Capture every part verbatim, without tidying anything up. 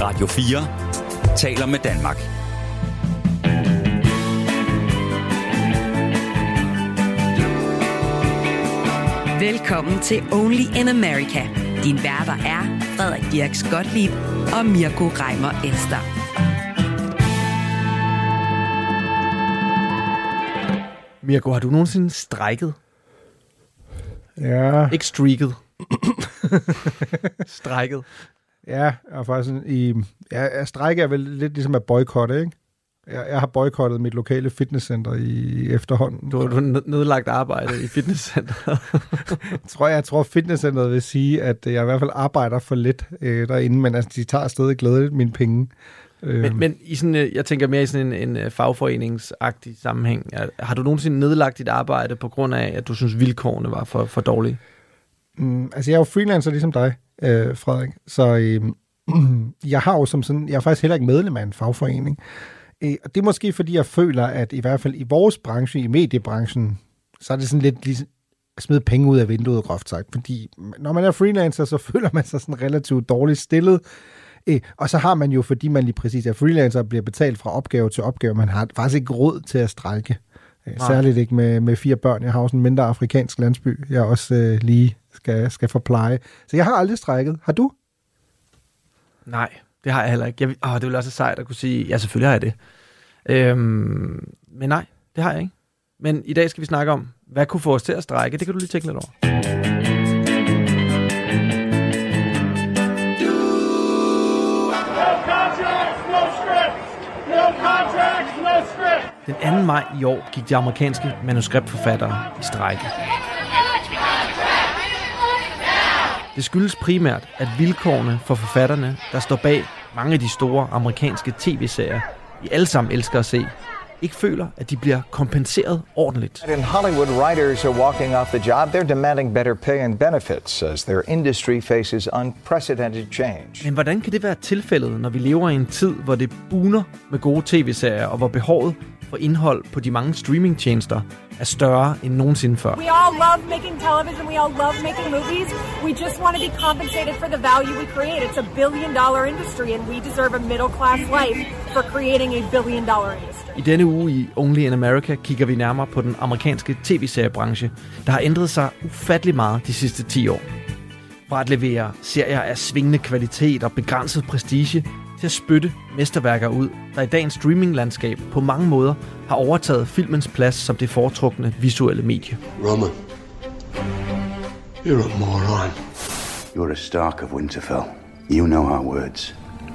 Radio fire taler med Danmark. Velkommen til Only in America. Din værter er Frederik Dirks Gottlieb og Mirko Reimer Ester. Mirko, har du nogensinde strejket? Ja. Ikke streaket. Strejket. Ja, og faktisk i ja, strejke er vel lidt ligesom at boykotte, ikke? Jeg, jeg har boykottet mit lokale fitnesscenter i efterhånden. Du har nedlagt arbejde i fitnesscenteret. jeg tror, jeg tror fitnesscenteret vil sige, at jeg i hvert fald arbejder for lidt øh, derinde, men altså, de tager stadig glædeligt mine penge. Men, men i sådan, jeg tænker mere i sådan en, en fagforeningsagtig sammenhæng. Har du nogensinde nedlagt dit arbejde på grund af, at du synes, vilkårene var for, for dårlige? Mm, altså, jeg er jo freelancer ligesom dig, øh, Frederik. Så øh, jeg har jo som sådan, jeg er faktisk heller ikke medlem af en fagforening. Øh, og det er måske, fordi jeg føler, at i hvert fald i vores branche, i mediebranchen, så er det sådan lidt ligesom at smide penge ud af vinduet, groft sagt. Fordi når man er freelancer, så føler man sig sådan relativt dårligt stillet. Øh, og så har man jo, fordi man lige præcis er freelancer, bliver betalt fra opgave til opgave. Man har faktisk ikke råd til at strejke. Øh, særligt ikke med, med fire børn. Jeg har også en mindre afrikansk landsby, jeg også øh, lige skal, skal forpleje. Så jeg har aldrig strejket. Har du? Nej, det har jeg heller ikke. Jeg, åh, det ville også være sejt at kunne sige, ja, selvfølgelig har jeg det. Øhm, men nej, det har jeg ikke. Men i dag skal vi snakke om, hvad kunne få os til at strejke. Det kan du lige tænke lidt over. Den anden maj i år gik de amerikanske manuskriptforfattere i strejke. Det skyldes primært, at vilkårene for forfatterne, der står bag mange af de store amerikanske tv-serier, vi alle sammen elsker at se, ikke føler, at de bliver kompenseret ordentligt. In Hollywood, writers are walking off the job. They're demanding better pay and benefits as their industry faces unprecedented change. Men hvordan kan det være tilfældet, når vi lever i en tid, hvor det buner med gode tv-serier, og hvor behovet for indhold på de mange streamingtjenester er større end nogensinde før? We all love making television. We all love making movies. We just want to be compensated for the value we create. It's a billion dollar industry, and we deserve a middle class life for creating a billion dollar industry. I denne uge i Only in America kigger vi nærmere på den amerikanske tv-seriebranche, der har ændret sig ufattelig meget de sidste ti år. Fra at levere serier af svingende kvalitet og begrænset prestige, til at spytte mesterværker ud, der i dagens streaminglandskab på mange måder har overtaget filmens plads som det foretrukne visuelle medie. Roman, you're a moron. You're a Stark of Winterfell. You know our words.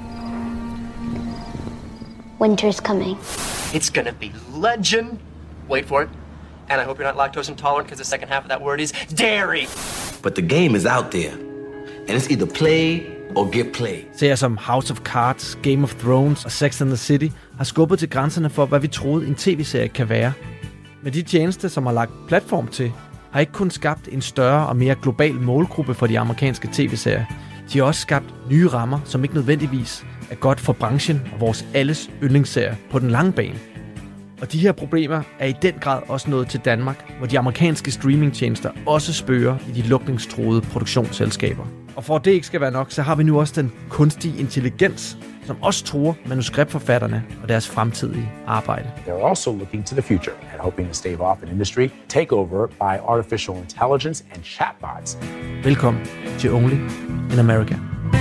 Winter's coming. It's gonna be legend. Wait for it. And I hope you're not lactose intolerant because the second half of that word is dairy. But the game is out there. And it's either play or get play. Serier som House of Cards, Game of Thrones og Sex and the City har skubbet til grænserne for, hvad vi troede en tv-serie kan være. Men de tjenester, som har lagt platform til, har ikke kun skabt en større og mere global målgruppe for de amerikanske tv-serier. De har også skabt nye rammer, som ikke nødvendigvis er godt for branchen og vores alles yndlingsserier på den lange bane. Og de her problemer er i den grad også nået til Danmark, hvor de amerikanske streamingtjenester også spøger i de lukningstruede produktionsselskaber. Og for at det ikke skal være nok, så har vi nu også den kunstige intelligens, som også truer manuskriptforfatterne og deres fremtidige arbejde. They're also looking to the future and hoping to stave off an industry takeover by artificial intelligence and chatbots. Velkommen til Only in America.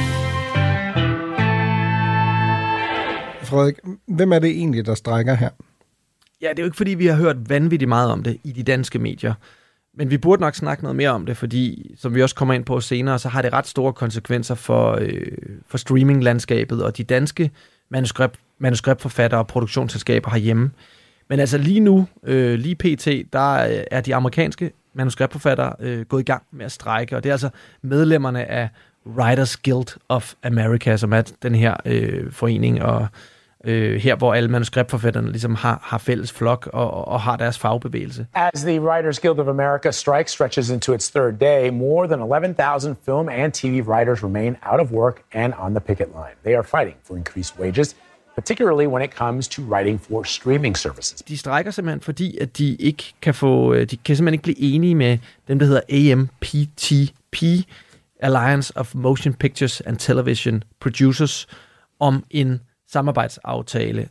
Frederik, hvem er det egentlig, der strejker her? Ja, det er jo ikke, fordi vi har hørt vanvittigt meget om det i de danske medier. Men vi burde nok snakke noget mere om det, fordi, som vi også kommer ind på senere, så har det ret store konsekvenser for, øh, for streaminglandskabet og de danske manuskript, manuskriptforfattere og produktionsselskaber herhjemme. Men altså lige nu, øh, lige pt., der er de amerikanske manuskriptforfattere øh, gået i gang med at strejke, og det er altså medlemmerne af Writers Guild of America, som er den her øh, forening, og øh, her hvor alle manuskriptforfatterne ligesom har, har fælles flok og, og har deres fagbevægelse. As the Writers Guild of America strike stretches into its third day, more than eleven thousand film and T V writers remain out of work and on the picket line. They are fighting for increased wages, particularly when it comes to writing for streaming services. De strejker simpelthen, fordi at de ikke kan få, de kan simpelthen ikke blive enige med dem, der hedder A M P T P, Alliance of Motion Pictures and Television Producers, om en samarbejdsaftale.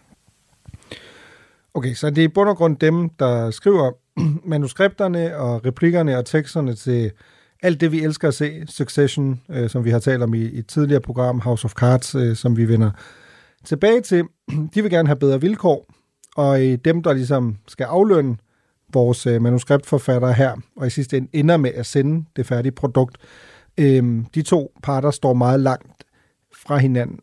Okay, så det er i bund og grund dem, der skriver manuskripterne og replikkerne og teksterne til alt det, vi elsker at se. Succession, øh, som vi har talt om i, i et tidligere program, House of Cards, øh, som vi vender tilbage til. De vil gerne have bedre vilkår, og øh, dem, der ligesom skal aflønne vores øh, manuskriptforfattere her, og i sidste ende ender med at sende det færdige produkt, øh, de to parter står meget langt fra hinanden.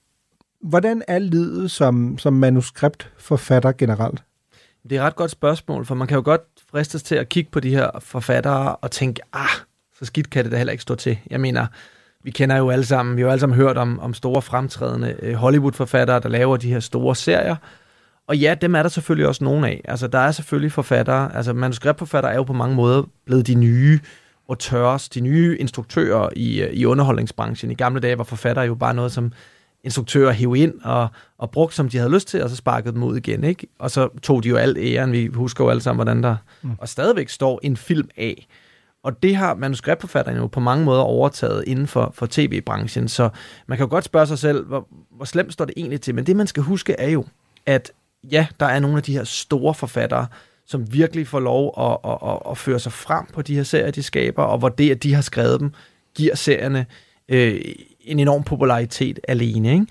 Hvordan er livet som, som manuskriptforfatter generelt? Det er et ret godt spørgsmål, for man kan jo godt fristes til at kigge på de her forfattere og tænke, ah, så skidt kan det da heller ikke stå til. Jeg mener, vi kender jo alle sammen, vi har jo alle sammen hørt om, om store fremtrædende øh, Hollywood-forfattere, der laver de her store serier. Og ja, dem er der selvfølgelig også nogen af. Altså, der er selvfølgelig forfattere, altså manuskriptforfattere er jo på mange måder blevet de nye auteurs, de nye instruktører i, i underholdningsbranchen. I gamle dage var forfattere jo bare noget, som instruktører hævde ind og, og brugte, som de havde lyst til, og så sparkede dem ud igen, ikke? Og så tog de jo al æren. Vi husker jo alle sammen, hvordan der mm. og stadigvæk står en film af. Og det har manuskriptforfatterne jo på mange måder overtaget inden for, for tv-branchen. Så man kan jo godt spørge sig selv, hvor, hvor slemt står det egentlig til? Men det, man skal huske, er jo, at ja, der er nogle af de her store forfattere, som virkelig får lov at, at, at, at føre sig frem på de her serier, de skaber, og hvor det, at de har skrevet dem, giver serierne øh, en enorm popularitet alene, ikke?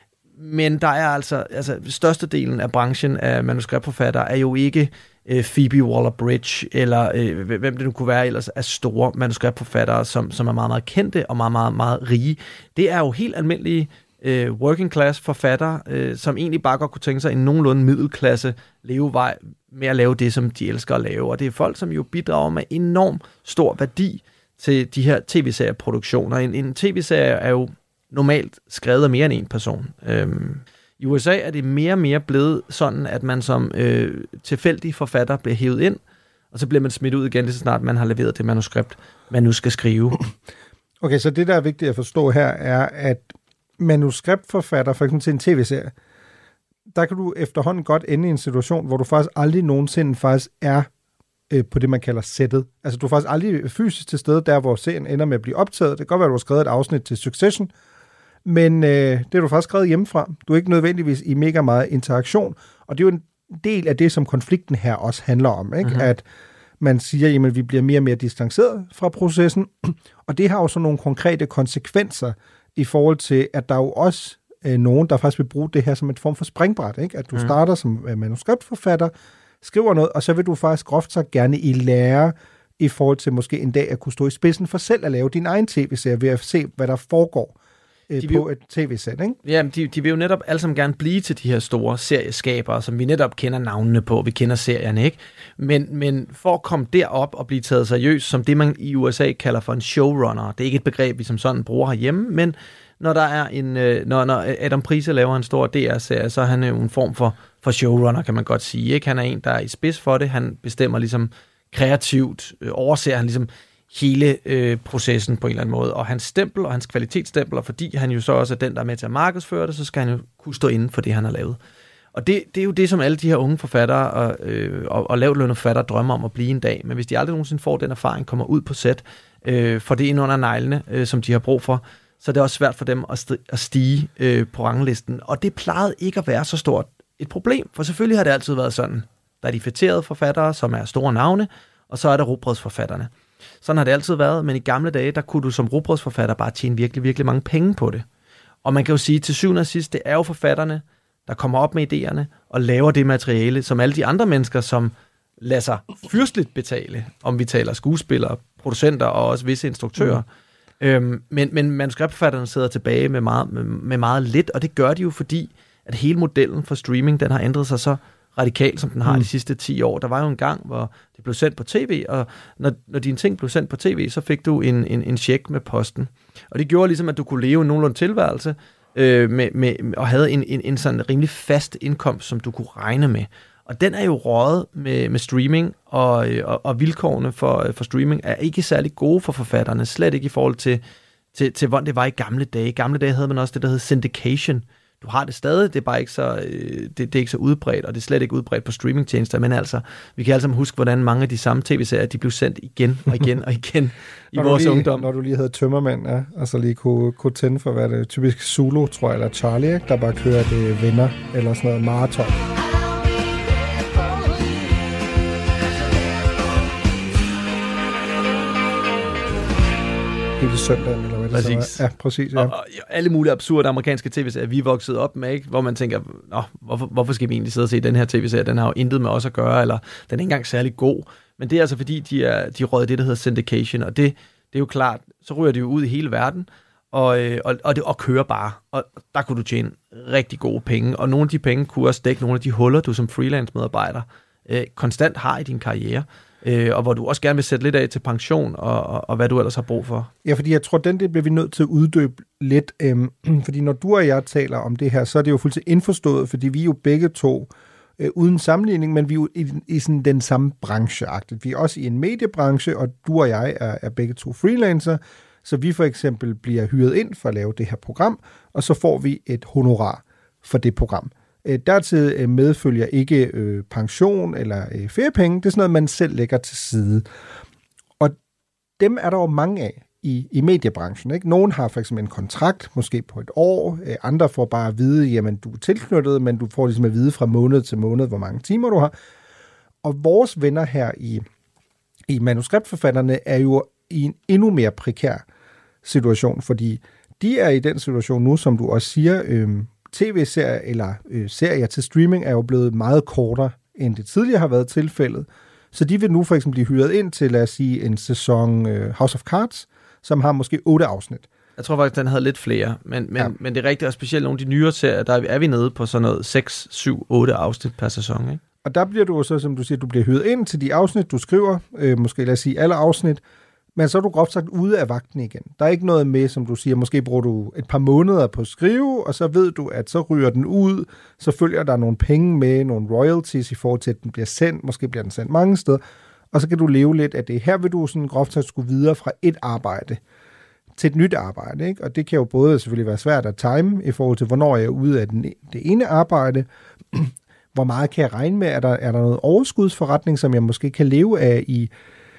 Men der er altså, altså størstedelen af branchen af manuskriptforfattere er jo ikke øh, Phoebe Waller-Bridge, eller øh, hvem det nu kunne være ellers af store manuskriptforfattere, som, som er meget, meget kendte og meget, meget, meget rige. Det er jo helt almindelige øh, working class forfattere, øh, som egentlig bare godt kunne tænke sig en nogenlunde middelklasse levevej med at lave det, som de elsker at lave. Og det er folk, som jo bidrager med enorm stor værdi til de her tv-serieproduktioner. En, en tv-serie er jo normalt skrevet af mere end en person. Øhm, I U S A er det mere og mere blevet sådan, at man som øh, tilfældig forfatter bliver hævet ind, og så bliver man smidt ud igen, lige så snart man har leveret det manuskript, man nu skal skrive. Okay, så det, der er vigtigt at forstå her, er, at manuskriptforfatter, for eksempel til en tv-serie, der kan du efterhånden godt ende i en situation, hvor du faktisk aldrig nogensinde faktisk er øh, på det, man kalder sættet. Altså, du er faktisk aldrig fysisk til stede, der hvor serien ender med at blive optaget. Det kan godt være, at du har skrevet et afsnit til Succession, men øh, det har du faktisk skrevet hjemmefra. Du er ikke nødvendigvis i mega meget interaktion, og det er jo en del af det, som konflikten her også handler om, ikke? Mm-hmm. At man siger, at vi bliver mere og mere distanceret fra processen, og det har jo så nogle konkrete konsekvenser i forhold til, at der er jo også øh, nogen, der faktisk vil bruge det her som et form for springbræt, ikke? At du mm. starter som øh, manuskriptforfatter, skriver noget, og så vil du faktisk groft så gerne i lære i forhold til måske en dag at kunne stå i spidsen for selv at lave din egen tv-serie ved at se, hvad der foregår øh, på jo, et tv-sæt, ikke? Ja, de, de vil jo netop alle sammen gerne blive til de her store serieskabere, som vi netop kender navnene på, vi kender serierne, ikke? Men, men for at komme derop og blive taget seriøst, som det man i U S A kalder for en showrunner, det er ikke et begreb, vi som sådan bruger herhjemme, men når der er en, når, når Adam Price laver en stor D R-serie, så er han jo en form for, for showrunner, kan man godt sige, ikke? Han er en, der er i spids for det, han bestemmer ligesom kreativt, øh, overser han ligesom hele øh, processen på en eller anden måde, og hans stempel og hans kvalitetsstempel, og fordi han jo så også er den, der er med til at markedsføre det, så skal han jo kunne stå inden for det, han har lavet. Og det, det er jo det, som alle de her unge forfattere og, øh, og, og lavtlønnede forfattere drømmer om at blive en dag, men hvis de aldrig nogensinde får den erfaring, kommer ud på set, øh, for det ind under neglene, øh, som de har brug for, så det er også svært for dem at, st- at stige øh, på ranglisten. Og det plejede ikke at være så stort et problem, for selvfølgelig har det altid været sådan. Der er de fætterede forfattere, som er store navne, og så er der rugbrødsforfatterne. Sådan har det altid været, men i gamle dage, der kunne du som rugbrødsforfatter bare tjene virkelig, virkelig mange penge på det. Og man kan jo sige, til syvende og sidst, det er jo forfatterne, der kommer op med idéerne og laver det materiale, som alle de andre mennesker, som lader sig fyrstligt betale, om vi taler skuespillere, producenter og også visse instruktører. Mm. Øhm, men, men manuskriptforfatterne sidder tilbage med meget, med, med meget lidt, og det gør de jo, fordi at hele modellen for streaming, den har ændret sig så radikalt, som den har mm. de sidste ti år. Der var jo en gang, hvor det blev sendt på tv, og når, når dine ting blev sendt på tv, så fik du en, en, en check med posten. Og det gjorde ligesom, at du kunne leve en nogenlunde tilværelse, øh, med, med, og havde en, en, en sådan rimelig fast indkomst, som du kunne regne med. Og den er jo røget med, med streaming, og, og, og vilkårene for, for streaming er ikke særlig gode for forfatterne, slet ikke i forhold til, til, til hvordan det var i gamle dage. I gamle dage havde man også det, der hed syndication. du har det stadig, det er bare ikke så, øh, det, det er ikke så udbredt, og det er slet ikke udbredt på streamingtjenester, men altså, vi kan altså huske, hvordan mange af de samme tv-serier, de blev sendt igen og igen og igen i vores lige, ungdom. Når du lige havde Tømmermænd, ja, og så lige kunne, kunne tænde for, hvad det er, typisk Zulu, tror jeg, eller Charlie, ikke? Der bare kører det venner, eller sådan noget maraton. Hele søndagen, eller hvad det præcis. så er. Ja, præcis. Ja. Og, og alle mulige absurde amerikanske tv-serier, vi er vokset op med, ikke? Hvor man tænker, Nå, hvorfor, hvorfor skal vi egentlig sidde og se den her tv-serie? Den har jo intet med os at gøre, eller den er ikke engang særlig god. Men det er altså fordi, de er de røget det, der hedder syndication, og det, det er jo klart, så ryger de jo ud i hele verden, og, og, og, det, og kører bare. Og der kunne du tjene rigtig gode penge, og nogle af de penge kunne også dække nogle af de huller, du som freelance-medarbejder øh, konstant har i din karriere. Øh, og hvor du også gerne vil sætte lidt af til pension, og, og, og hvad du ellers har brug for. Ja, fordi jeg tror, den del bliver vi nødt til at uddybe lidt, øhm, fordi når du og jeg taler om det her, så er det jo fuldstændig indforstået, fordi vi er jo begge to, øh, uden sammenligning, men vi er jo i, i sådan den samme brancheagtigt. Vi er også i en mediebranche, og du og jeg er, er begge to freelancer, så vi for eksempel bliver hyret ind for at lave det her program, og så får vi et honorar for det program. Dertil medfølger ikke øh, pension eller øh, feriepenge. Det er sådan noget, man selv lægger til side. Og dem er der jo mange af i, i mediebranchen. Ikke? Nogen har for eksempel en kontrakt, måske på et år. Andre får bare at vide, jamen du er tilknyttet, men du får ligesom at vide fra måned til måned, hvor mange timer du har. Og vores venner her i, i manuskriptforfatterne er jo i en endnu mere prekær situation, fordi de er i den situation nu, som du også siger, øh, tv-serier eller øh, serier til streaming er jo blevet meget kortere, end det tidligere har været tilfældet. Så de vil nu for eksempel blive hyret ind til, lad os sige, en sæson øh, House of Cards, som har måske otte afsnit. Jeg tror faktisk, den havde lidt flere, men, men, ja. men det er rigtigt, og specielt nogle af de nyere serier, der er vi nede på sådan noget seks, syv, otte afsnit per sæson. Ikke? Og der bliver du så, som du siger, du bliver hyret ind til de afsnit, du skriver, øh, måske lad os sige alle afsnit, men så er du groft sagt ude af vagten igen. Der er ikke noget med, som du siger, måske bruger du et par måneder på at skrive, og så ved du, at så ryger den ud, så følger der nogle penge med, nogle royalties i forhold til, at den bliver sendt, måske bliver den sendt mange steder, og så kan du leve lidt af det. Her vil du sådan groft sagt skulle videre fra et arbejde til et nyt arbejde, ikke? Og det kan jo både selvfølgelig være svært at time i forhold til, hvornår jeg er ude af den, det ene arbejde, hvor meget kan jeg regne med, er der, er der noget overskudsforretning, som jeg måske kan leve af i,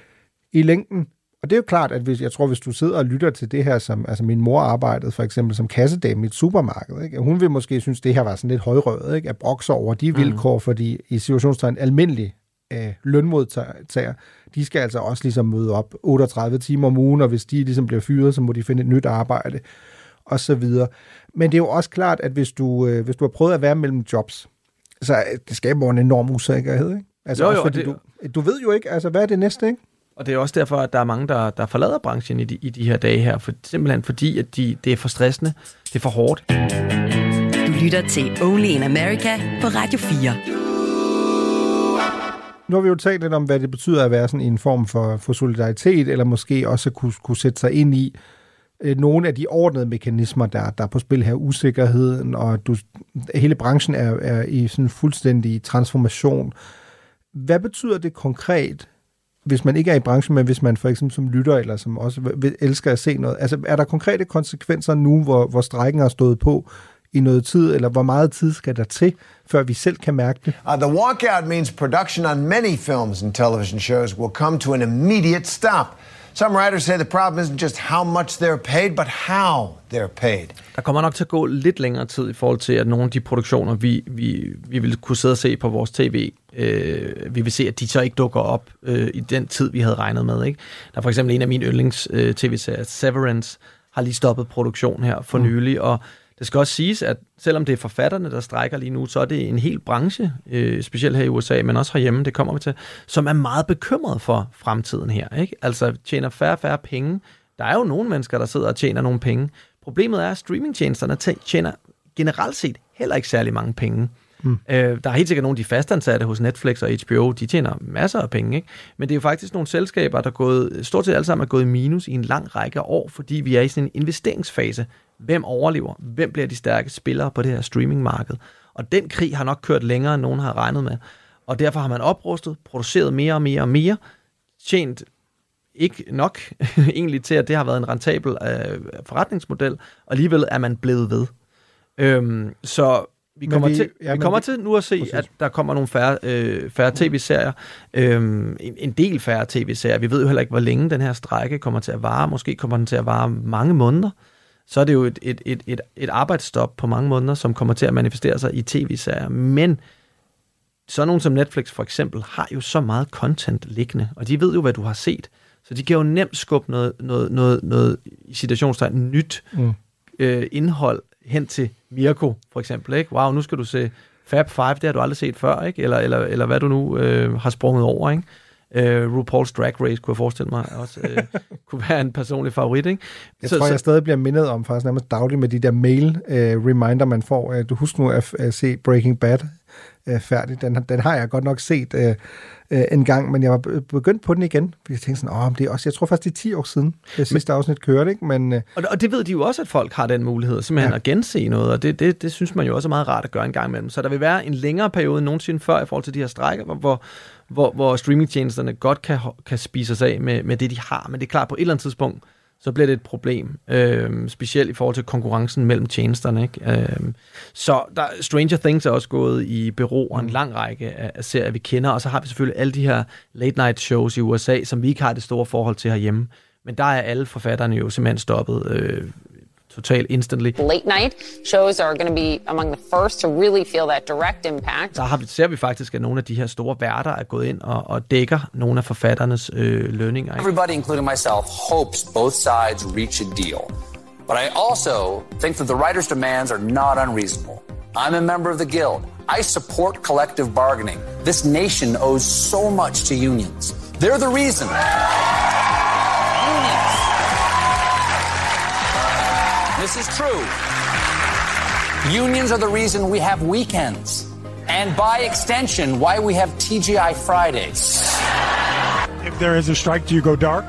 i længden. Og det er jo klart, at hvis, jeg tror, hvis du sidder og lytter til det her, som altså min mor arbejdede for eksempel som kassedame i et supermarked, ikke? Hun vil måske synes, det her var sådan lidt højrøvet, ikke? At brokse over de vilkår, mm. fordi i situationstegn almindelige øh, lønmodtagere, de skal altså også ligesom møde op otteogtredive timer om ugen, og hvis de ligesom bliver fyret, så må de finde et nyt arbejde, og så videre. Men det er jo også klart, at hvis du, øh, hvis du har prøvet at være mellem jobs, så det skaber en enorm usikkerhed, ikke? Altså jo, jo, også fordi det... du, du ved jo ikke, altså hvad er det næste, ikke? Og det er også derfor, at der er mange, der, der forlader branchen i de, i de her dage her, for, simpelthen fordi, at de, det er for stressende, det er for hårdt. Du lytter til Only in America på Radio fire. Nu har vi jo talt lidt om, hvad det betyder at være sådan en form for, for solidaritet, eller måske også kunne, kunne sætte sig ind i øh, nogle af de ordnede mekanismer, der, der er på spil her, usikkerheden, og du, hele branchen er, er i sådan en fuldstændig transformation. Hvad betyder det konkret, hvis man ikke er i branchen, men hvis man for eksempel som lytter, eller som også elsker at se noget? Altså, er der konkrete konsekvenser nu, hvor, hvor strejken har stået på i noget tid, eller hvor meget tid skal der til, før vi selv kan mærke det? Uh, the walkout means production on many films and television shows will come to an immediate stop. Some writers say the problem isn't just how much they're paid, but how they're paid. Der kommer nok til at gå lidt længere tid i forhold til, at nogle af de produktioner, vi, vi, vi vil kunne sidde og se på vores tv, øh, vi vil se, at de så ikke dukker op øh, i den tid, vi havde regnet med. Ikke? Der er for eksempel en af mine yndlings øh, tv-serier, Severance, har lige stoppet produktion her for nylig, mm. og det skal også siges, at selvom det er forfatterne, der strejker lige nu, så er det en hel branche, øh, specielt her i U S A, men også herhjemme, det kommer vi til, som er meget bekymret for fremtiden her. Ikke? Altså tjener færre og færre penge. Der er jo nogle mennesker, der sidder og tjener nogle penge. Problemet er, at streamingtjenesterne tjener generelt set heller ikke særlig mange penge. Mm. Øh, der er helt sikkert nogle af de fastansatte hos Netflix og H B O, de tjener masser af penge, ikke? Men det er jo faktisk nogle selskaber, der er gået, stort set alle sammen er gået i minus i en lang række år, fordi vi er i sådan en investeringsfase. Hvem overlever? Hvem bliver de stærke spillere på det her streamingmarked? Og den krig har nok kørt længere, end nogen har regnet med. Og derfor har man oprustet, produceret mere og mere og mere, tjent ikke nok egentlig til, at det har været en rentabel øh, forretningsmodel, og alligevel er man blevet ved. Øhm, så vi kommer, vi, til, ja, vi kommer vi, til nu at se, præcis. At der kommer nogle færre, øh, færre tv-serier. Øhm, en, en del færre tv-serier. Vi ved jo heller ikke, hvor længe den her strejke kommer til at vare. Måske kommer den til at vare mange måneder. Så er det jo et, et, et, et, et arbejdsstop på mange måneder, som kommer til at manifestere sig i tv-serier. Men så nogen som Netflix for eksempel har jo så meget content liggende, og de ved jo, hvad du har set. Så de kan jo nemt skubbe noget, noget, noget, noget i situationstegn nyt mm. øh, indhold hen til Mirko, for eksempel. Ikke? Wow, nu skal du se Fab Five, det har du aldrig set før, ikke? Eller, eller, eller hvad du nu øh, har sprunget over. Ikke? Uh, RuPaul's Drag Race, kunne jeg forestille mig, også uh, kunne være en personlig favorit. Ikke? Jeg så, tror, så, jeg stadig bliver mindet om faktisk nærmest dagligt med de der mail-reminder, uh, man får. Uh, du husker nu at, at se Breaking Bad uh, færdig. Den, den har jeg godt nok set uh, uh, en gang, men jeg var begyndt på den igen. Jeg tænkte sådan, åh, det er også, jeg tror faktisk, det er ti år siden, det sidste men, afsnit kørte. Ikke? Men, uh, og, og det ved de jo også, at folk har den mulighed, simpelthen ja. At gense noget, og det, det, det synes man jo også er meget rart at gøre en gang imellem. Så der vil være en længere periode end nogensinde før i forhold til de her strejker, hvor, hvor Hvor, hvor streamingtjenesterne godt kan, kan spise sig af med, med det, de har. Men det er klart, på et eller andet tidspunkt, så bliver det et problem. Øh, specielt i forhold til konkurrencen mellem tjenesterne. Ikke? Øh, så der, Stranger Things er også gået i bero og en lang række af, af serier, vi kender. Og så har vi selvfølgelig alle de her late-night shows i U S A, som vi ikke har det store forhold til herhjemme. Men der er alle forfatterne jo simpelthen stoppet øh, totalt instantly. Late night shows are going to be among the first to really feel that direct impact. Der har vi, ser vi faktisk, at nogle af de her store værter er gået ind og, og dækker nogle af forfatternes øh, lønninger. Ikke? Everybody, including myself, hopes both sides reach a deal. But I also think that the writers' demands are not unreasonable. I'm a member of the Guild. I support collective bargaining. This nation owes so much to unions. They're the reason. Unions. This is true. Unions are the reason we have weekends. And by extension, why we have T G I Fridays. If there is a strike, do you go dark?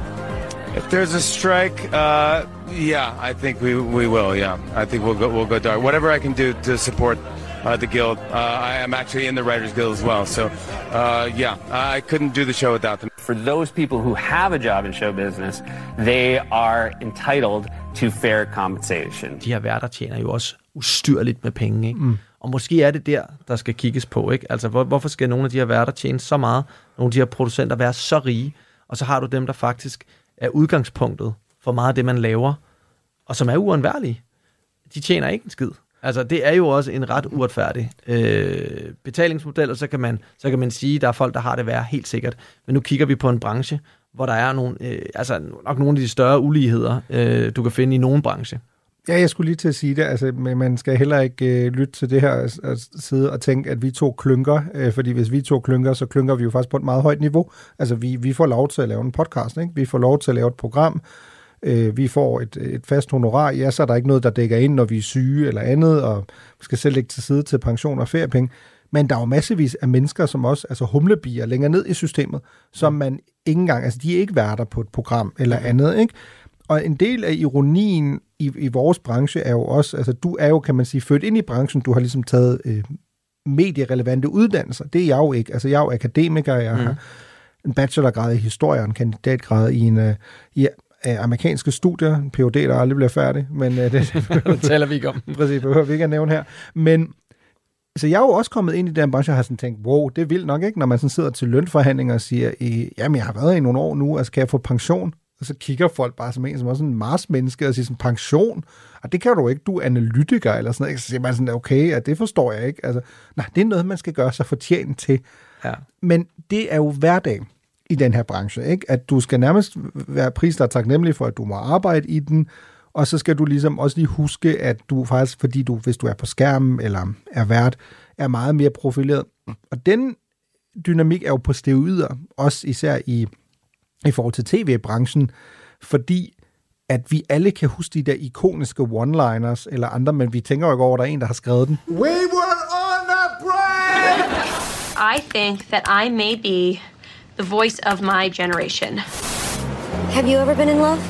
If there's a strike, uh, yeah, I think we we will. Yeah, I think we'll go we'll go dark. Whatever I can do to support uh, the guild. Uh, I am actually in the Writers Guild as well. So, uh, yeah, I couldn't do the show without them. For those people who have a job in show business, they are entitled to fair compensation. De her værter tjener jo også ustyrligt med penge, ikke? Mm. Og måske er det der, der skal kigges på, ikke? Altså, hvor, hvorfor skal nogle af de her værter tjene så meget? Nogle af de her producenter være så rige? Og så har du dem, der faktisk er udgangspunktet for meget af det, man laver, og som er uundværlige. De tjener ikke en skid. Altså, det er jo også en ret uretfærdig øh, betalingsmodel, og så kan, man, så kan man sige, at der er folk, der har det værre, helt sikkert. Men nu kigger vi på en branche, hvor der er nogle, øh, altså nok nogle af de større uligheder, øh, du kan finde i nogen branche. Ja, jeg skulle lige til at sige det, altså, men man skal heller ikke øh, lytte til det her at, at sidde og tænke, at vi to klynker, øh, fordi hvis vi to klynker, så klynker vi jo faktisk på et meget højt niveau. Altså, vi, vi får lov til at lave en podcast, ikke? Vi får lov til at lave et program, øh, vi får et, et fast honorar, ja, så er der ikke noget, der dækker ind, når vi er syge eller andet, og vi skal selv lægge til side til pension og feriepenge. Men der er jo massevis af mennesker, som også, altså humlebier længere ned i systemet, som man ikke engang, altså de er ikke værter på et program eller andet, ikke? Og en del af ironien i, i vores branche er jo også, altså du er jo, kan man sige, født ind i branchen, du har ligesom taget øh, medierelevante uddannelser. Det er jeg jo ikke. Altså jeg er jo akademiker, jeg mm. har en bachelorgrad i historie og en kandidatgrad i en øh, i, øh, amerikanske studier, en P H D, der aldrig bliver færdig, men øh, det, det taler vi ikke om. Præcis, behøver vi ikke at nævne her. Men så jeg er jo også kommet ind i den branche og har sådan tænkt, wow, det er vildt nok, ikke? Når man sådan sidder til lønforhandlinger og siger, jamen jeg har været i nogle år nu, altså kan jeg få pension? Og så kigger folk bare som en, som også en Mars-menneske, og siger sådan, pension? Og det kan du ikke, du er analytiker, eller sådan noget. Så siger man sådan, okay, ja, det forstår jeg ikke. Altså, nej, det er noget, man skal gøre sig fortjent til. Ja. Men det er jo hverdag i den her branche, ikke? At du skal nærmest være pris, der er taknemmelig for, at du må arbejde i den, og så skal du ligesom også lige huske, at du faktisk, fordi du, hvis du er på skærmen, eller er vært, er meget mere profileret. Og den dynamik er jo på steroider, også især i i forhold til tv-branchen, fordi at vi alle kan huske de der ikoniske one-liners eller andre, men vi tænker jo ikke over, at der er en, der har skrevet den. We were on a break! I think that I may be the voice of my generation. Have you ever been in love?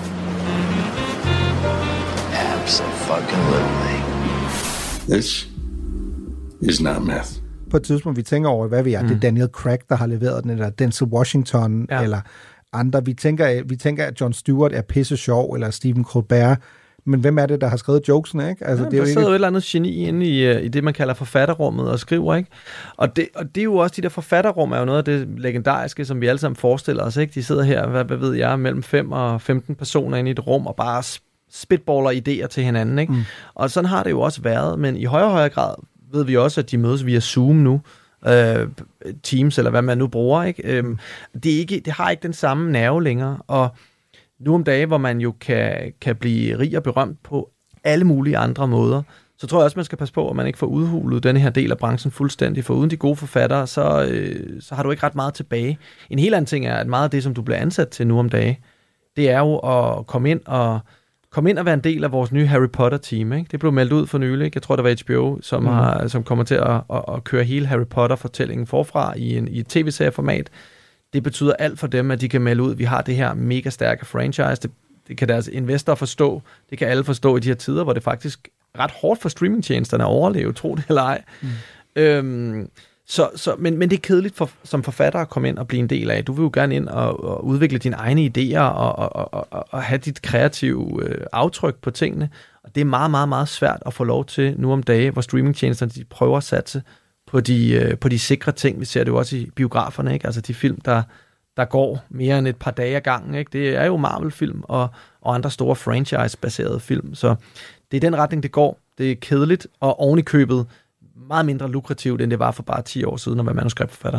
Absolutely. This is not math. På et tidspunkt, vi tænker over, hvad vi er. Mm. Det er Daniel Craig, der har leveret den, eller Denzel Washington, ja. Eller andre. Vi tænker, vi tænker, at Jon Stewart er pisse sjov, eller Stephen Colbert. men hvem er det, der har skrevet jokesene, ikke? Altså, ja, det er der jo sidder ikke... jo et eller andet geni inde i, i det, man kalder forfatterrummet og skriver, ikke? Og det, og det er jo også, de der forfatterrum er jo noget af det legendariske, som vi alle sammen forestiller os, ikke? De sidder her, hvad, hvad ved jeg, mellem fem og femten personer inde i et rum og bare spitballer idéer til hinanden, ikke? Mm. Og sådan har det jo også været, men i højere og højere grad ved vi også, at de mødes via Zoom nu, øh, Teams, eller hvad man nu bruger, ikke? Øhm, det, er ikke, det har ikke den samme nerve længere, og nu om dagen, hvor man jo kan, kan blive rig og berømt på alle mulige andre måder, så tror jeg også, man skal passe på, at man ikke får udhulet denne her del af branchen fuldstændig, for uden de gode forfattere, så, øh, så har du ikke ret meget tilbage. En helt anden ting er, at meget af det, som du bliver ansat til nu om dagen, det er jo at komme ind og komme ind og være en del af vores nye Harry Potter-team, ikke? Det blev meldt ud for nylig, ikke? Jeg tror, det var H B O, som, mm. har, som kommer til at, at, at køre hele Harry Potter-fortællingen forfra i, en, i et tv-serieformat. Det betyder alt for dem, at de kan melde ud, at vi har det her mega stærke franchise. Det, det kan deres investorer forstå. Det kan alle forstå i de her tider, hvor det faktisk er ret hårdt for streamingtjenesterne at overleve, tro det eller ej. Mm. Øhm, så, så, men, men det er kedeligt for, som forfatter at komme ind og blive en del af. Du vil jo gerne ind og, og udvikle dine egne idéer og, og, og, og, og have dit kreative øh, aftryk på tingene. Og det er meget, meget, meget svært at få lov til nu om dage, hvor streamingtjenesterne de prøver at satse på de, øh, på de sikre ting. Vi ser det jo også i biograferne, ikke? Altså de film, der, der går mere end et par dage ad gangen, ikke? Det er jo Marvel-film og, og andre store franchise-baserede film. Så det er den retning, det går. Det er kedeligt, og oven i købet meget mindre lukrativt, end det var for bare ti år siden, at være manuskriptforfatter.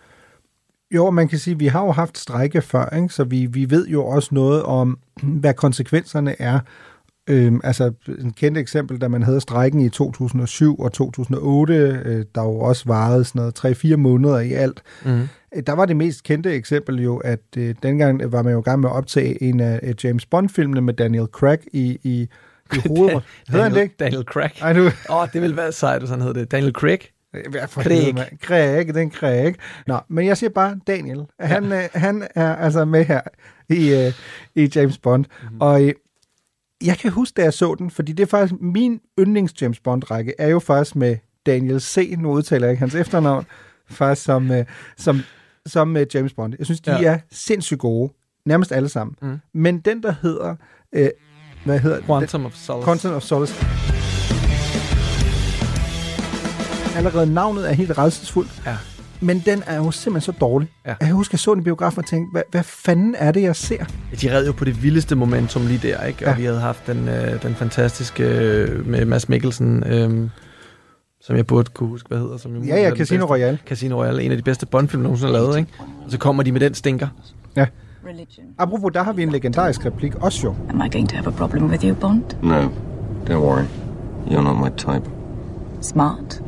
Jo, man kan sige, at vi har jo haft strejke før, ikke? Så vi, vi ved jo også noget om, hvad konsekvenserne er. Øhm, altså en kendt eksempel, da man havde strejken i to tusind og syv og to tusind og otte, øh, der jo også varede sådan noget tre fire måneder i alt. Mm. Der var det mest kendte eksempel jo, at øh, dengang var man jo i gang med at optage en af øh, James Bond-filmene med Daniel Craig i, i, i hovedet. Hedder han det ikke? Daniel Craig. Åh, oh, det ville være sejt, hvis han hed det. Daniel Craig. Craig. Craig, den Craig. Nå, men jeg siger bare Daniel. Han, ja. øh, han er altså med her i, øh, i James Bond. Mm-hmm. Og øh, jeg kan huske, da jeg så den, fordi det er faktisk min yndlings James Bond-række, er jo faktisk med Daniel C. Nu udtaler jeg ikke hans efternavn, faktisk som, øh, som, som øh, James Bond. Jeg synes, de ja. er sindssygt gode. Nærmest alle sammen. Mm. Men den, der hedder... Øh, hvad hedder Quantum of Solace. Quantum of Solace. Allerede navnet er helt rædselsfuldt. Ja. Men den er jo simpelthen så dårlig. Ja. Jeg husker, jeg så den i biografen og tænkte, hvad, hvad fanden er det, jeg ser? De red jo på det vildeste momentum lige der, ikke? Og ja. vi havde haft den, øh, den fantastiske øh, med Mads Mikkelsen, øh, som jeg burde kunne huske, hvad hedder. Som ja, ja, Casino Royale. Casino Royale, en af de bedste Bond-film, nogensinde har lavet, ikke? Og så kommer de med den stinker. Ja. Apropos, der har vi en legendarisk replik også jo. Am I going to have a problem with you, Bond? No, don't worry. You're not my type. Smart.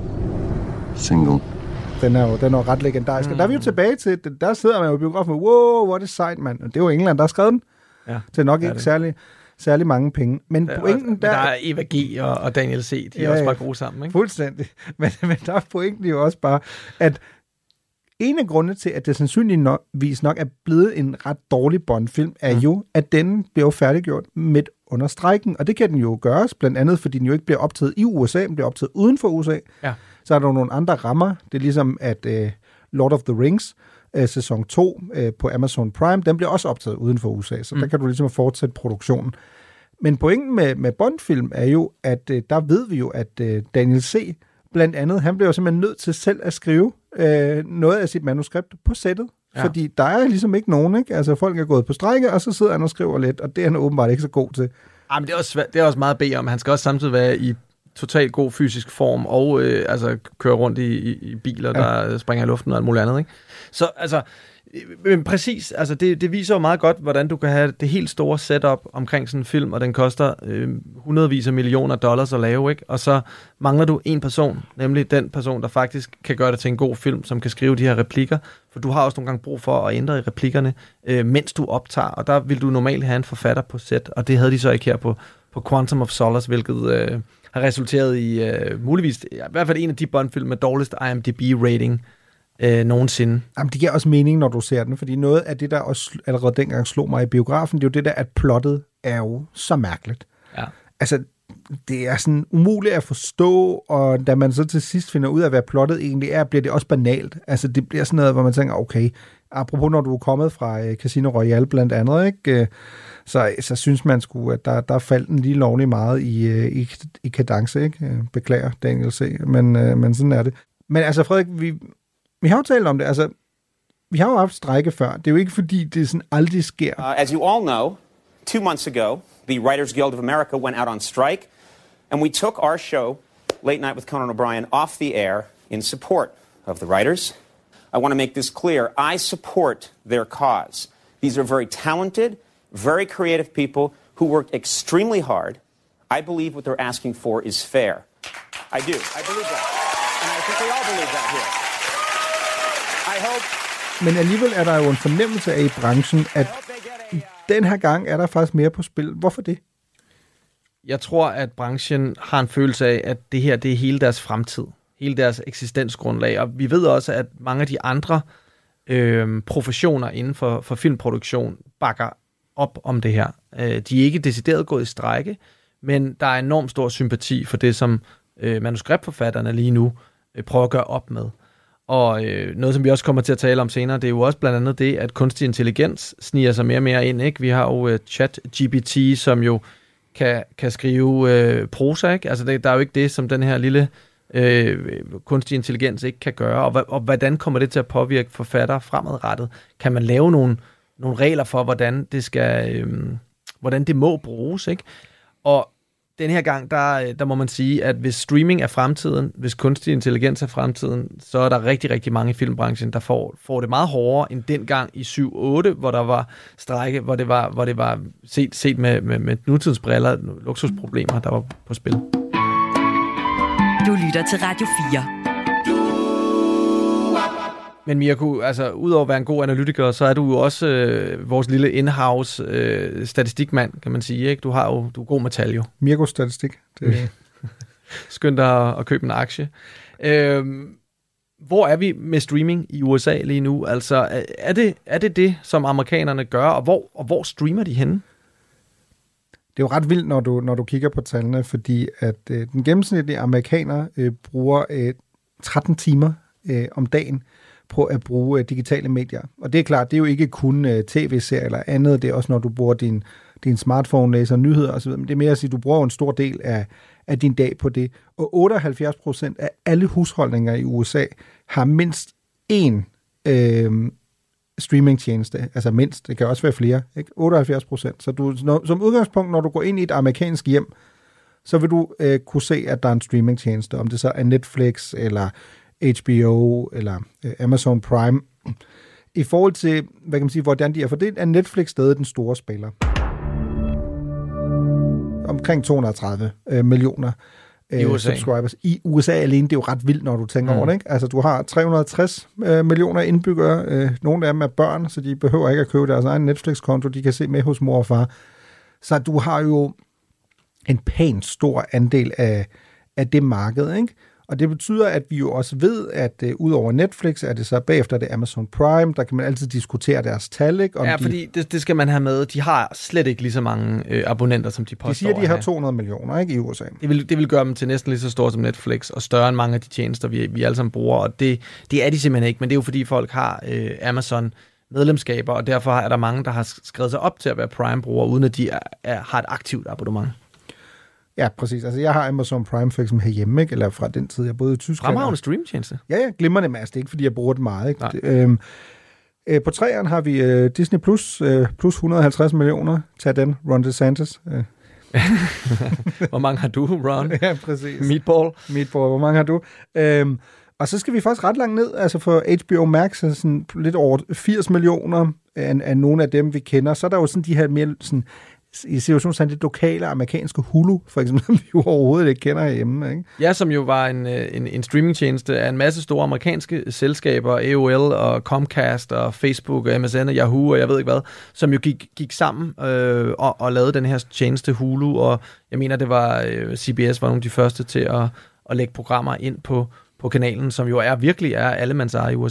Single. Den er jo den er ret legendarisk. Mm. Der er vi jo tilbage til, der sidder man jo i biografen med, wow, hvor er det sejt, mand. Det er jo England, der har skrevet den. Ja, det er nok ikke særlig, særlig mange penge. Men der, pointen der... der er Eva G. og, og Daniel C. De er ja, også bare gode sammen, ikke? Fuldstændig. Men, men der er pointen jo også bare, at en af grundene til, at det sandsynligvis nok er blevet en ret dårlig Bond-film, er mm. jo, at den bliver færdiggjort midt under strejken. Og det kan den jo gøres, blandt andet, fordi den jo ikke bliver optaget i U S A, men bliver optaget uden for U S A. Ja. Så er der nogle andre rammer. Det er ligesom, at uh, Lord of the Rings, uh, sæson to uh, på Amazon Prime, den bliver også optaget uden for U S A. Så mm. der kan du ligesom fortsætte produktionen. Men pointen med, med Bond-film er jo, at uh, der ved vi jo, at uh, Daniel C., blandt andet, han bliver jo simpelthen nødt til selv at skrive øh, noget af sit manuskript på sættet. Ja. Fordi der er ligesom ikke nogen, ikke? Altså, folk er gået på strejke, og så sidder han og skriver lidt, og det er han åbenbart ikke så god til. Ej, men det er også, svært, det er også meget at bede om. Han skal også samtidig være i totalt god fysisk form, og øh, altså køre rundt i, i, i biler, ja. der springer i luften og alt muligt andet, ikke? Så altså, men præcis, altså det, det viser jo meget godt, hvordan du kan have det helt store setup omkring sådan en film, og den koster øh, hundredvis af millioner dollars at lave, ikke? Og så mangler du en person, nemlig den person, der faktisk kan gøre det til en god film, som kan skrive de her replikker, for du har også nogle gange brug for at ændre i replikkerne, øh, mens du optager, og der vil du normalt have en forfatter på set, og det havde de så ikke her på, på Quantum of Solace, hvilket øh, har resulteret i øh, muligvis, i hvert fald en af de Bond-film med dårligst I M D B-rating, Øh, nogensinde. Jamen, det giver også mening, når du ser den, fordi noget af det, der også allerede dengang slog mig i biografen, det er jo det der, at plottet er jo så mærkeligt. Ja. Altså, det er sådan umuligt at forstå, og da man så til sidst finder ud af, hvad plottet egentlig er, bliver det også banalt. Altså, det bliver sådan noget, hvor man tænker, okay, apropos når du er kommet fra uh, Casino Royale blandt andet, ikke? Så, så synes man sgu, at der, der faldt en lige lovlig meget i, uh, i, i kadence, ikke? Beklager, Daniel C., men, uh, men sådan er det. Men altså, Frederik, vi, vi har jo talt om det, altså, vi har jo haft strejke før. Det er jo ikke, fordi det sådan aldrig sker. Uh, as you all know, two months ago, the Writers Guild of America went out on strike, and we took our show, Late Night with Conan O'Brien, off the air in support of the writers. I want to make this clear. I support their cause. These are very talented, very creative people who worked extremely hard. I believe what they're asking for is fair. I do. I believe that. And I think we all believe that here. I hope... Men alligevel er der jo en fornemmelse af i branchen, at den her gang er der faktisk mere på spil. Hvorfor det? Jeg tror, at branchen har en følelse af, at det her det er hele deres fremtid. Hele deres eksistensgrundlag. Og vi ved også, at mange af de andre øh, professioner inden for, for filmproduktion bakker op om det her. Øh, de er ikke decideret gået i strejke, men der er enormt stor sympati for det, som øh, manuskriptforfatterne lige nu øh, prøver at gøre op med. Og øh, noget, som vi også kommer til at tale om senere, det er jo også blandt andet det, at kunstig intelligens sniger sig mere og mere ind. Ikke? Vi har jo øh, ChatGPT, som jo kan, kan skrive øh, prosa. Ikke? Altså, det, der er jo ikke det, som den her lille øh, kunstig intelligens ikke kan gøre. Og, og hvordan kommer det til at påvirke forfattere fremadrettet? Kan man lave nogle, nogle regler for, hvordan det skal, øh, hvordan det må bruges? Ikke? Og den her gang, der, der må man sige, at hvis streaming er fremtiden, hvis kunstig intelligens er fremtiden, så er der rigtig, rigtig mange i filmbranchen, der får, får det meget hårdere end dengang i syv otte, hvor der var strejke, hvor det var, hvor det var set, set med, med, med nutidens briller, luksusproblemer, der var på spil. Du lytter til Radio fire. Men Mirko, altså udover at være en god analytiker, så er du jo også øh, vores lille in-house øh, statistikmand, kan man sige. Ikke? Du har jo du er god med tal jo. Mirko statistik. Det... Skynd dig at købe en aktie. Øhm, hvor er vi med streaming i U S A lige nu? Altså er det er det, det som amerikanerne gør, og hvor og hvor streamer de henne? Det er jo ret vildt, når du når du kigger på tallene, fordi at øh, den gennemsnitlige amerikaner øh, bruger øh, tretten timer øh, om dagen på at bruge uh, digitale medier. Og det er klart, det er jo ikke kun uh, tv-serier eller andet, det er også, når du bruger din, din smartphone, læser nyheder osv., men det er mere at sige, at du bruger en stor del af, af din dag på det. Og otteoghalvfjerds procent af alle husholdninger i U S A har mindst én øh, streamingtjeneste, altså mindst, det kan også være flere, ikke? otteoghalvfjerds procent. Så du, når, som udgangspunkt, når du går ind i et amerikansk hjem, så vil du øh, kunne se, at der er en streamingtjeneste, om det så er Netflix eller H B O eller øh, Amazon Prime. I forhold til, hvad kan man sige, hvordan de er fordelt, er Netflix stadig den store spiller. Omkring to hundrede og tredive øh, millioner øh, I U S A. subscribers. I U S A alene, det er jo ret vildt, når du tænker mm. over det, ikke? Altså, du har tre hundrede og tres øh, millioner indbyggere. Øh, nogle af dem er børn, så de behøver ikke at købe deres egen Netflix-konto. De kan se med hos mor og far. Så du har jo en pænt stor andel af, af det marked, ikke? Og det betyder, at vi jo også ved, at uh, ud over Netflix, er det så bagefter det Amazon Prime, der kan man altid diskutere deres tal, ikke? Om ja, de, fordi det, det skal man have med. De har slet ikke lige så mange øh, abonnenter, som de påstår. De siger, at de har to hundrede millioner, ikke, i U S A. Det vil, det vil gøre dem til næsten lige så store som Netflix, og større end mange af de tjenester, vi, vi alle sammen bruger. Og det, det er de simpelthen ikke, men det er jo fordi folk har øh, Amazon medlemskaber, og derfor er der mange, der har skrevet sig op til at være Prime-brugere, uden at de er, er, har et aktivt abonnement. Ja, præcis. Altså, jeg har Amazon Prime for eksempel herhjemme, ikke? Eller fra den tid, jeg boede i Tyskland. Fremragende streamingtjeneste. Ja, ja, glimrende masse. Det er ikke, fordi jeg bruger det meget, ikke? Det, øhm, øh, på træerne har vi øh, Disney Plus, øh, plus et hundrede og halvtreds millioner. Tag den, Ron DeSantis. Øh. Hvor mange har du, Ron? Ja, præcis. Meatball. Meatball, hvor mange har du? Øhm, og så skal vi faktisk ret langt ned, altså for H B O Max, er sådan lidt over firs millioner af, af nogle af dem, vi kender. Så er der jo sådan de her mere sådan i situationen sådan det lokale amerikanske Hulu, for eksempel, som vi jo overhovedet ikke kender herhjemme, ikke? Ja, som jo var en, en, en streamingtjeneste af en masse store amerikanske selskaber, A O L og Comcast og Facebook og M S N og Yahoo og jeg ved ikke hvad, som jo gik, gik sammen øh, og, og lavede den her tjeneste Hulu, og jeg mener, det var øh, C B S var nogle af de første til at, at lægge programmer ind på, på kanalen, som jo er virkelig er allemands eje i U S A.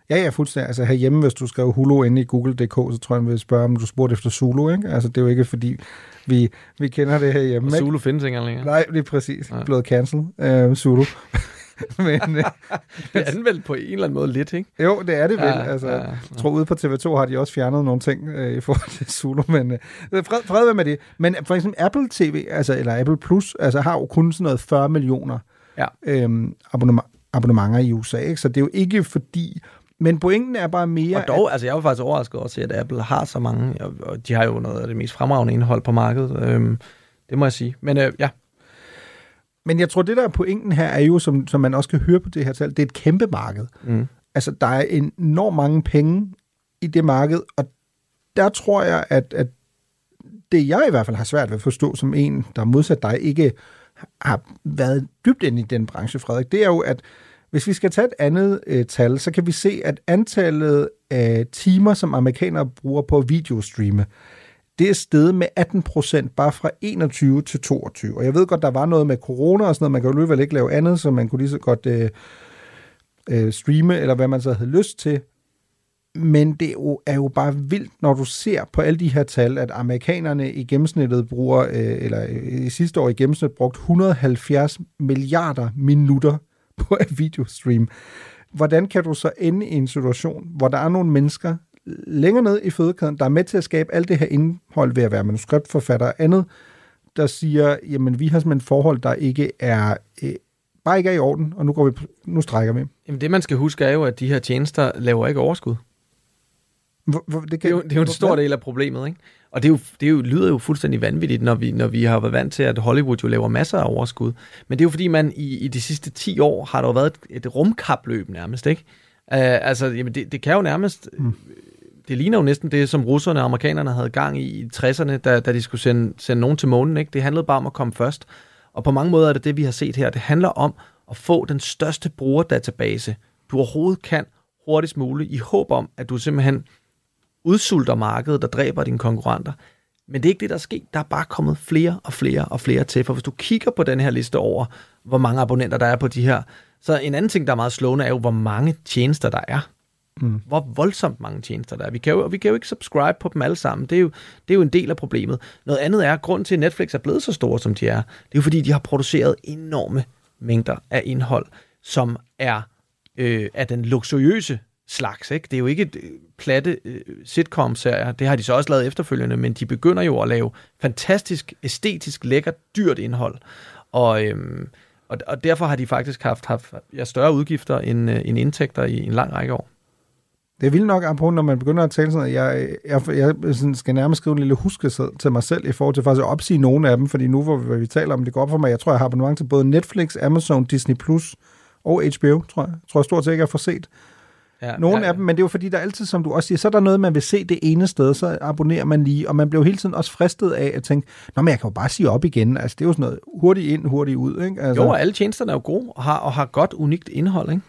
Ja, ja, fuldstændig. Altså herhjemme, hvis du skrev Hulu inde i google punktum d k, så tror jeg, man vil spørge, om du spurgte efter Zulu, ikke? Altså, det er jo ikke, fordi vi, vi kender det herhjemme. Og Zulu findes ikke længere. Nej, det er præcis. Ja. Blevet cancelled, uh, Zulu. Men, uh, det er den vel på en eller anden måde lidt, ikke? Jo, det er det vel. Ja, altså, ja, ja. Jeg tror, ude på T V to har de også fjernet nogle ting uh, i forhold til Zulu, men uh, fred, fred med det. Men for eksempel Apple T V, altså, eller Apple Plus, altså, har jo kun sådan noget fyrre millioner ja. øhm, abonnement, abonnementer i U S A, ikke? Så det er jo ikke fordi... Men pointen er bare mere... Og dog, at... altså jeg var faktisk overrasket over at se, at Apple har så mange, og de har jo noget af det mest fremragende indhold på markedet. Øhm, det må jeg sige. Men øh, ja. Men jeg tror, det der er pointen her, er jo, som, som man også kan høre på det her tal, det er et kæmpe marked. Mm. Altså, der er enormt mange penge i det marked, og der tror jeg, at, at det jeg i hvert fald har svært ved at forstå, som en, der modsat dig, ikke har været dybt inde i den branche, Frederik, det er jo, at hvis vi skal tage et andet øh, tal, så kan vi se, at antallet af timer, som amerikanere bruger på at videostreame, det er steget med atten procent bare fra enogtyve til toogtyve. Og jeg ved godt, der var noget med corona og sådan noget, man kan jo alligevel ikke lave andet, så man kunne lige så godt øh, øh, streame, eller hvad man så havde lyst til. Men det er jo, er jo bare vildt, når du ser på alle de her tal, at amerikanerne i gennemsnittet bruger, øh, eller i sidste år i gennemsnit brugt et hundrede og halvfjerds milliarder minutter på at videostream. Hvordan kan du så ende i en situation, hvor der er nogle mennesker længere ned i fødekæden, der er med til at skabe alt det her indhold ved at være manuskriptforfatter og andet, der siger, jamen vi har simpelthen forhold, der ikke er, øh, bare ikke er i orden, og nu, går vi, nu strækker vi. Jamen det man skal huske er jo, at de her tjenester laver ikke overskud. Hvor, hvor, det, kan, det, er jo, det er jo en stor del af problemet, ikke? Og det, er jo, det er jo, lyder jo fuldstændig vanvittigt, når vi, når vi har været vant til, at Hollywood jo laver masser af overskud. Men det er jo fordi, man i, i de sidste ti år har der jo været et, et rumkapløb nærmest, ikke? Uh, altså, jamen det, det kan jo nærmest... Mm. Det ligner jo næsten det, som russerne og amerikanerne havde gang i i tresserne, da, da de skulle sende, sende nogen til månen, ikke? Det handlede bare om at komme først. Og på mange måder er det det, vi har set her. Det handler om at få den største brugerdatabase, du overhovedet kan hurtigst muligt, i håb om, at du simpelthen udsulter markedet, der dræber dine konkurrenter. Men det er ikke det, der er sket. Der er bare kommet flere og flere og flere til. For hvis du kigger på den her liste over, hvor mange abonnenter der er på de her, så en anden ting, der er meget slående, er jo, hvor mange tjenester der er. Mm. Hvor voldsomt mange tjenester der er. Vi kan, jo, vi kan jo ikke subscribe på dem alle sammen. Det er, jo, det er jo en del af problemet. Noget andet er, grund til, at Netflix er blevet så store, som de er, det er jo fordi, de har produceret enorme mængder af indhold, som er øh, af den luksuriøse slags. Ikke? Det er jo ikke et platte øh, sitcom-serier. Det har de så også lavet efterfølgende, men de begynder jo at lave fantastisk, æstetisk, lækkert, dyrt indhold. Og, øhm, og, og derfor har de faktisk haft, haft ja, større udgifter end, øh, end indtægter i en lang række år. Det er vildt nok, apropos, når man begynder at tale sådan, at jeg, jeg, jeg sådan skal nærmest skrive en lille huskesæd til mig selv, i forhold til faktisk at opsige nogle af dem, fordi nu, hvor vi, vi taler om, det går op for mig, jeg tror, jeg har abonnement til både Netflix, Amazon, Disney Plus og H B O, tror jeg. Jeg tror jeg stort set ikke, jeg får set ja, nogle ja, ja. af dem, men det er jo fordi, der altid, som du også siger, så er der noget, man vil se det ene sted, så abonnerer man lige, og man bliver jo hele tiden også fristet af at tænke, nå, men jeg kan jo bare sige op igen, altså det er jo sådan noget hurtigt ind, hurtigt ud, ikke? Altså, jo, og alle tjenesterne er jo gode, og har, og har godt, unikt indhold, ikke?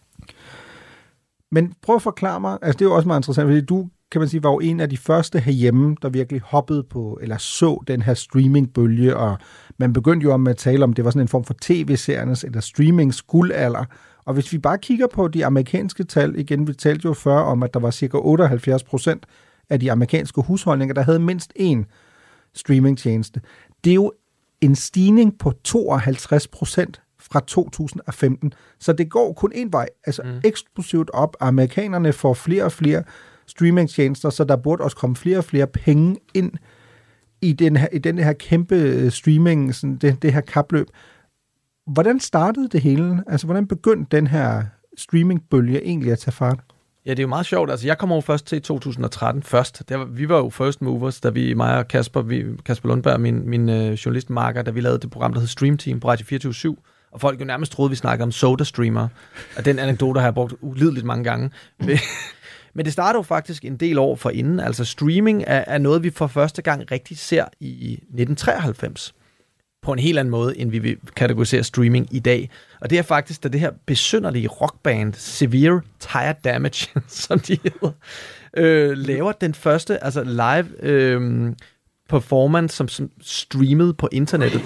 Men prøv at forklare mig, altså det er jo også meget interessant, fordi du, kan man sige, var jo en af de første herhjemme, der virkelig hoppede på, eller så den her streamingbølge, og man begyndte jo om at tale om, det var sådan en form for tv-seriernes, eller streamings guldalder. Og hvis vi bare kigger på de amerikanske tal, igen, vi talte jo før om, at der var cirka otteoghalvfjerds procent af de amerikanske husholdninger, der havde mindst én streamingtjeneste. Det er jo en stigning på tooghalvtreds procent fra to tusind og femten. Så det går kun en vej, altså mm. eksplosivt op. Amerikanerne får flere og flere streamingtjenester, så der burde også komme flere og flere penge ind i den her, i den her kæmpe streaming, sådan det, det her kapløb. Hvordan startede det hele? Altså, hvordan begyndte den her streamingbølge egentlig at tage fart? Ja, det er jo meget sjovt. Altså, jeg kom over først til to tusind og tretten først. Der var, vi var jo first movers, da vi, mig og Kasper, vi, Kasper Lundberg, min, min uh, journalistmarker, da vi lavede det program, der hed Stream Team på Radio fireogtyve syv. Og folk jo nærmest troede, vi snakkede om soda-streamer. Og den anekdote har jeg brugt ulideligt mange gange. Men det starter jo faktisk en del år forinden. Altså streaming er, er noget, vi for første gang rigtig ser i nitten treoghalvfems. På en helt anden måde, end vi vil kategorisere streaming i dag. Og det er faktisk, da det her besynderlige rockband, Severe Tire Damage, som de hedder, øh, laver den første altså live øh, performance, som, som streamede på internettet.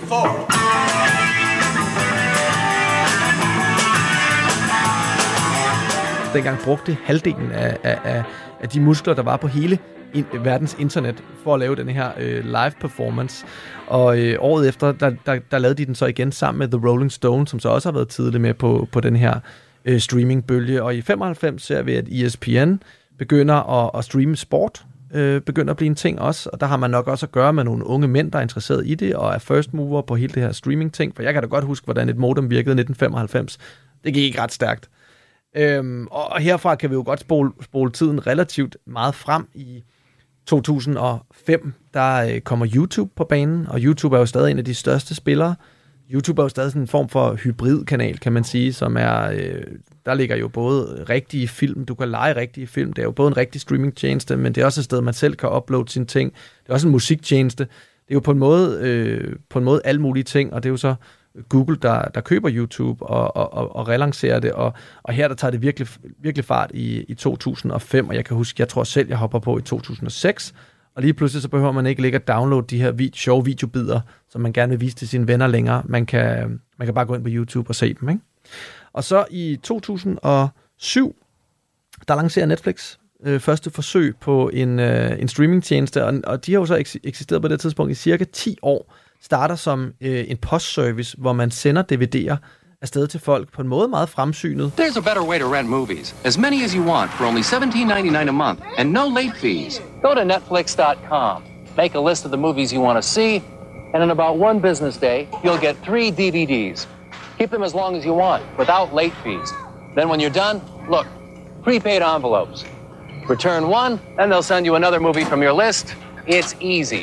dengang brugte halvdelen af, af, af, af de muskler, der var på hele in, verdens internet, for at lave den her øh, live performance. Og øh, året efter, der, der, der lavede de den så igen sammen med The Rolling Stones, som så også har været tidligt med på, på den her øh, streamingbølge. Og i femoghalvfems ser vi, at E S P N begynder at, at streame sport, øh, begynder at blive en ting også, og der har man nok også at gøre med nogle unge mænd, der er interesseret i det, og er first mover på hele det her streaming-ting, for jeg kan da godt huske, hvordan et modem virkede i nitten femoghalvfems. Det gik ikke ret stærkt. Øhm, og herfra kan vi jo godt spole, spole tiden relativt meget frem. I to tusind og fem, der øh, kommer YouTube på banen, og YouTube er jo stadig en af de største spillere. YouTube er jo stadig sådan en form for hybridkanal, kan man sige, som er, øh, der ligger jo både rigtige film, du kan lege rigtige film, det er jo både en rigtig streamingtjeneste, men det er også et sted, man selv kan uploade sine ting. Det er også en musiktjeneste. Det er jo på en måde, øh, på en måde alle mulige ting, og det er jo så Google, der, der køber YouTube og, og, og, og relancerer det, og, og her der tager det virkelig, virkelig fart i, i to tusind og fem, og jeg kan huske, jeg tror selv, jeg hopper på i to tusind og seks, og lige pludselig så behøver man ikke ligge og downloade de her vid- sjove videobider, som man gerne vil vise til sine venner længere. Man kan, man kan bare gå ind på YouTube og se dem, ikke? Og så i to tusind og syv, der lancerer Netflix øh, første forsøg på en, øh, en streamingtjeneste, og, og de har jo så eks- eksisteret på det tidspunkt i cirka ti år. Starter som øh, en postservice, hvor man sender D V D'er afsted til folk på en måde meget fremsynet. There's a better way to rent movies. As many as you want for only seventeen ninety-nine a month and no late fees. Go to netflix dot com. Make a list of the movies you want to see, and in about one business day, you'll get three D V Ds. Keep them as long as you want, without late fees. Then when you're done, look, prepaid envelopes. Return one, and they'll send you another movie from your list. It's easy.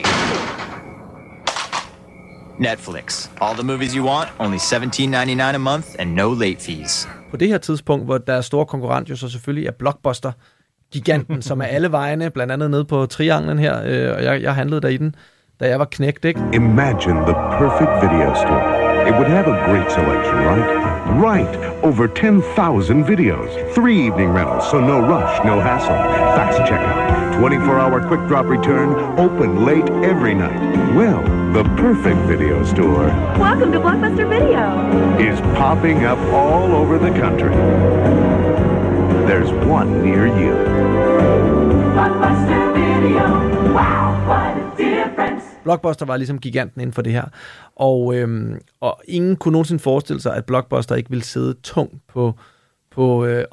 Netflix. All the movies you want, only seventeen ninety-nine a month and no late fees. På det her tidspunkt, hvor der er store konkurrent jo så selvfølgelig er Blockbuster, giganten, som er alle vejene, blandt andet nede på Trianglen her, øh, og jeg, jeg handlede der i den, da jeg var knægt, ikke? Imagine the perfect video store. It would have a great selection, right? Right! Over ten thousand videos. Three evening rentals, so no rush, no hassle. Fast checkout. twenty-four hour quick drop return. Open late every night. Well, the perfect video store. Welcome to Blockbuster Video. Is popping up all over the country. There's one near you. Blockbuster Video. Wow, what a difference. Blockbuster var ligesom giganten inden for det her. Og, øhm, og ingen kunne nogensinde forestille sig, at Blockbuster ikke ville sidde tungt på, på øh,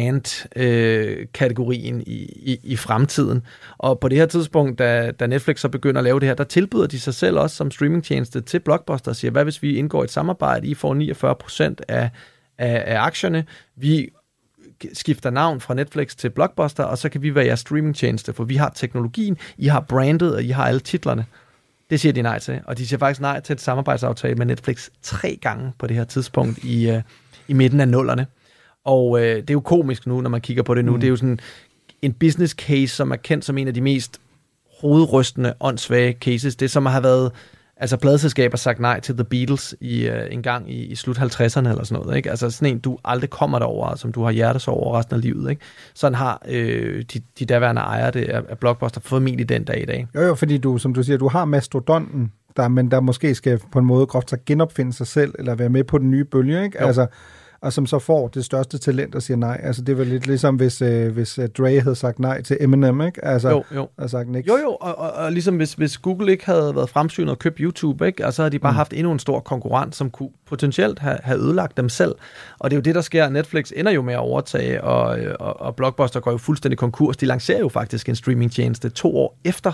on-demand-kategorien øh, i, i, i fremtiden. Og på det her tidspunkt, da, da Netflix så begynder at lave det her, der tilbyder de sig selv også som streamingtjeneste til Blockbuster og siger, hvad hvis vi indgår et samarbejde, I får niogfyrre procent af, af, af aktierne, vi skifter navn fra Netflix til Blockbuster, og så kan vi være jeres streamingtjeneste, for vi har teknologien, I har brandet, og I har alle titlerne. Det siger de nej til, og de siger faktisk nej til et samarbejdsaftale med Netflix tre gange på det her tidspunkt i, uh, i midten af nullerne. Og uh, det er jo komisk nu, når man kigger på det nu. Mm. Det er jo sådan en business case, som er kendt som en af de mest hovedrystende, åndssvage cases. Det som har været, altså pladeselskaber sagt nej til The Beatles i, uh, en gang i, i slut halvtredserne eller sådan noget, ikke? Altså sådan en, du aldrig kommer derover, som du har hjertesorg over resten af livet, ikke? Sådan har øh, de, de derværende ejere det af, af Blockbuster formentlig den dag i dag. Jo jo, fordi du, som du siger, du har mastodonten, der, men der måske skal på en måde groft sagt genopfinde sig selv, eller være med på den nye bølge, ikke? Jo. Altså, og som så får det største talent og siger nej. Altså det var lidt ligesom, hvis, øh, hvis Dre havde sagt nej til Eminem, ikke? Altså, jo, jo. Og sagt niks. Jo, jo, og, og, og ligesom hvis, hvis Google ikke havde været fremsynet og købt YouTube, ikke? Altså havde de bare mm. haft endnu en stor konkurrent, som kunne potentielt have, have ødelagt dem selv. Og det er jo det, der sker. Netflix ender jo med at overtage, og, og, og Blockbuster går jo fuldstændig konkurs. De lancerer jo faktisk en streamingtjeneste to år efter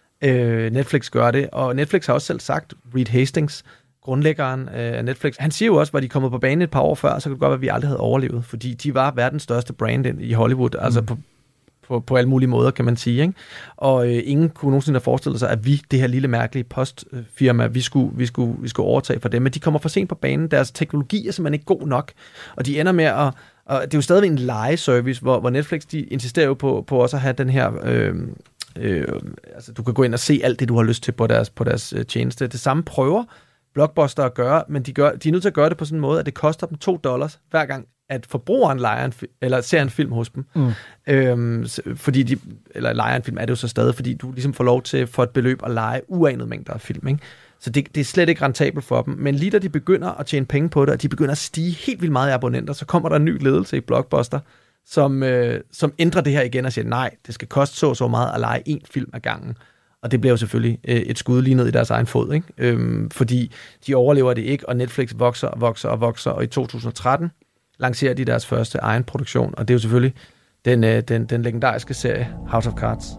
øh, Netflix gør det, og Netflix har også selv sagt, Reed Hastings, grundlæggeren af Netflix, han siger jo også, var de kommet på banen et par år før, så kunne det godt være, at vi aldrig havde overlevet, fordi de var verdens største brand i Hollywood, mm. altså på, på, på alle mulige måder, kan man sige, ikke? Og øh, ingen kunne nogensinde have forestillet sig, at vi, det her lille mærkelige postfirma, vi skulle, vi skulle, vi skulle overtage for dem, men de kommer for sent på banen, deres teknologi er simpelthen ikke god nok, og de ender med at, og det er jo stadigvæk en lejeservice, hvor, hvor Netflix, de insisterer jo på, på også at have den her, øh, øh, altså du kan gå ind og se alt det, du har lyst til på deres, på deres øh, tjeneste. Det samme prøver Blockbuster at gøre, men de, gør, de er nødt til at gøre det på sådan en måde, at det koster dem to dollars hver gang, at forbrugeren leger en, eller ser en film hos dem. Mm. Øhm, fordi de, eller leger en film er det jo så stadig, fordi du ligesom får lov til for et beløb at lege uanede mængder af film, ikke? Så det, det er slet ikke rentabelt for dem. Men lige da de begynder at tjene penge på det, og de begynder at stige helt vildt meget i abonnenter, så kommer der en ny ledelse i Blockbuster, som, øh, som ændrer det her igen og siger, nej, det skal koste så så meget at lege én film ad gangen. Og det bliver jo selvfølgelig øh, et skud lige ned i deres egen fod, ikke? Øhm, fordi de overlever det ikke, og Netflix vokser og vokser og vokser, og i to tusind og tretten lancerer de deres første egen produktion, og det er jo selvfølgelig den, øh, den, den legendariske serie House of Cards.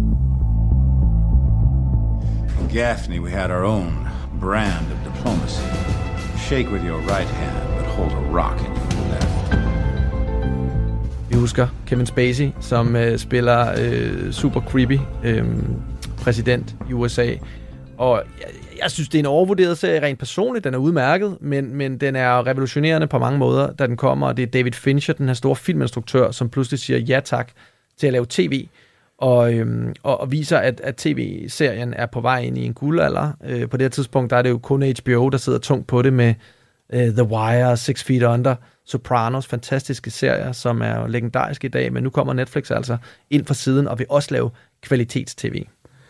In Gaffney, we had our own brand of diplomacy. Shake with your right hand, but hold a rock in your left. Vi husker Kevin Spacey, som øh, spiller øh, super creepy øh, præsident i U S A. Og jeg, jeg synes, det er en overvurderet serie rent personligt. Den er udmærket, men, men den er revolutionerende på mange måder, da den kommer. Og det er David Fincher, den her store filminstruktør, som pludselig siger ja tak til at lave tv. Og, øhm, og, og viser, at, at tv-serien er på vej ind i en guldalder. Øh, på det her tidspunkt, der er det jo kun H B O, der sidder tungt på det med øh, The Wire, Six Feet Under, Sopranos, fantastiske serier, som er jo legendariske i dag, men nu kommer Netflix altså ind fra siden og vil også lave kvalitets-tv.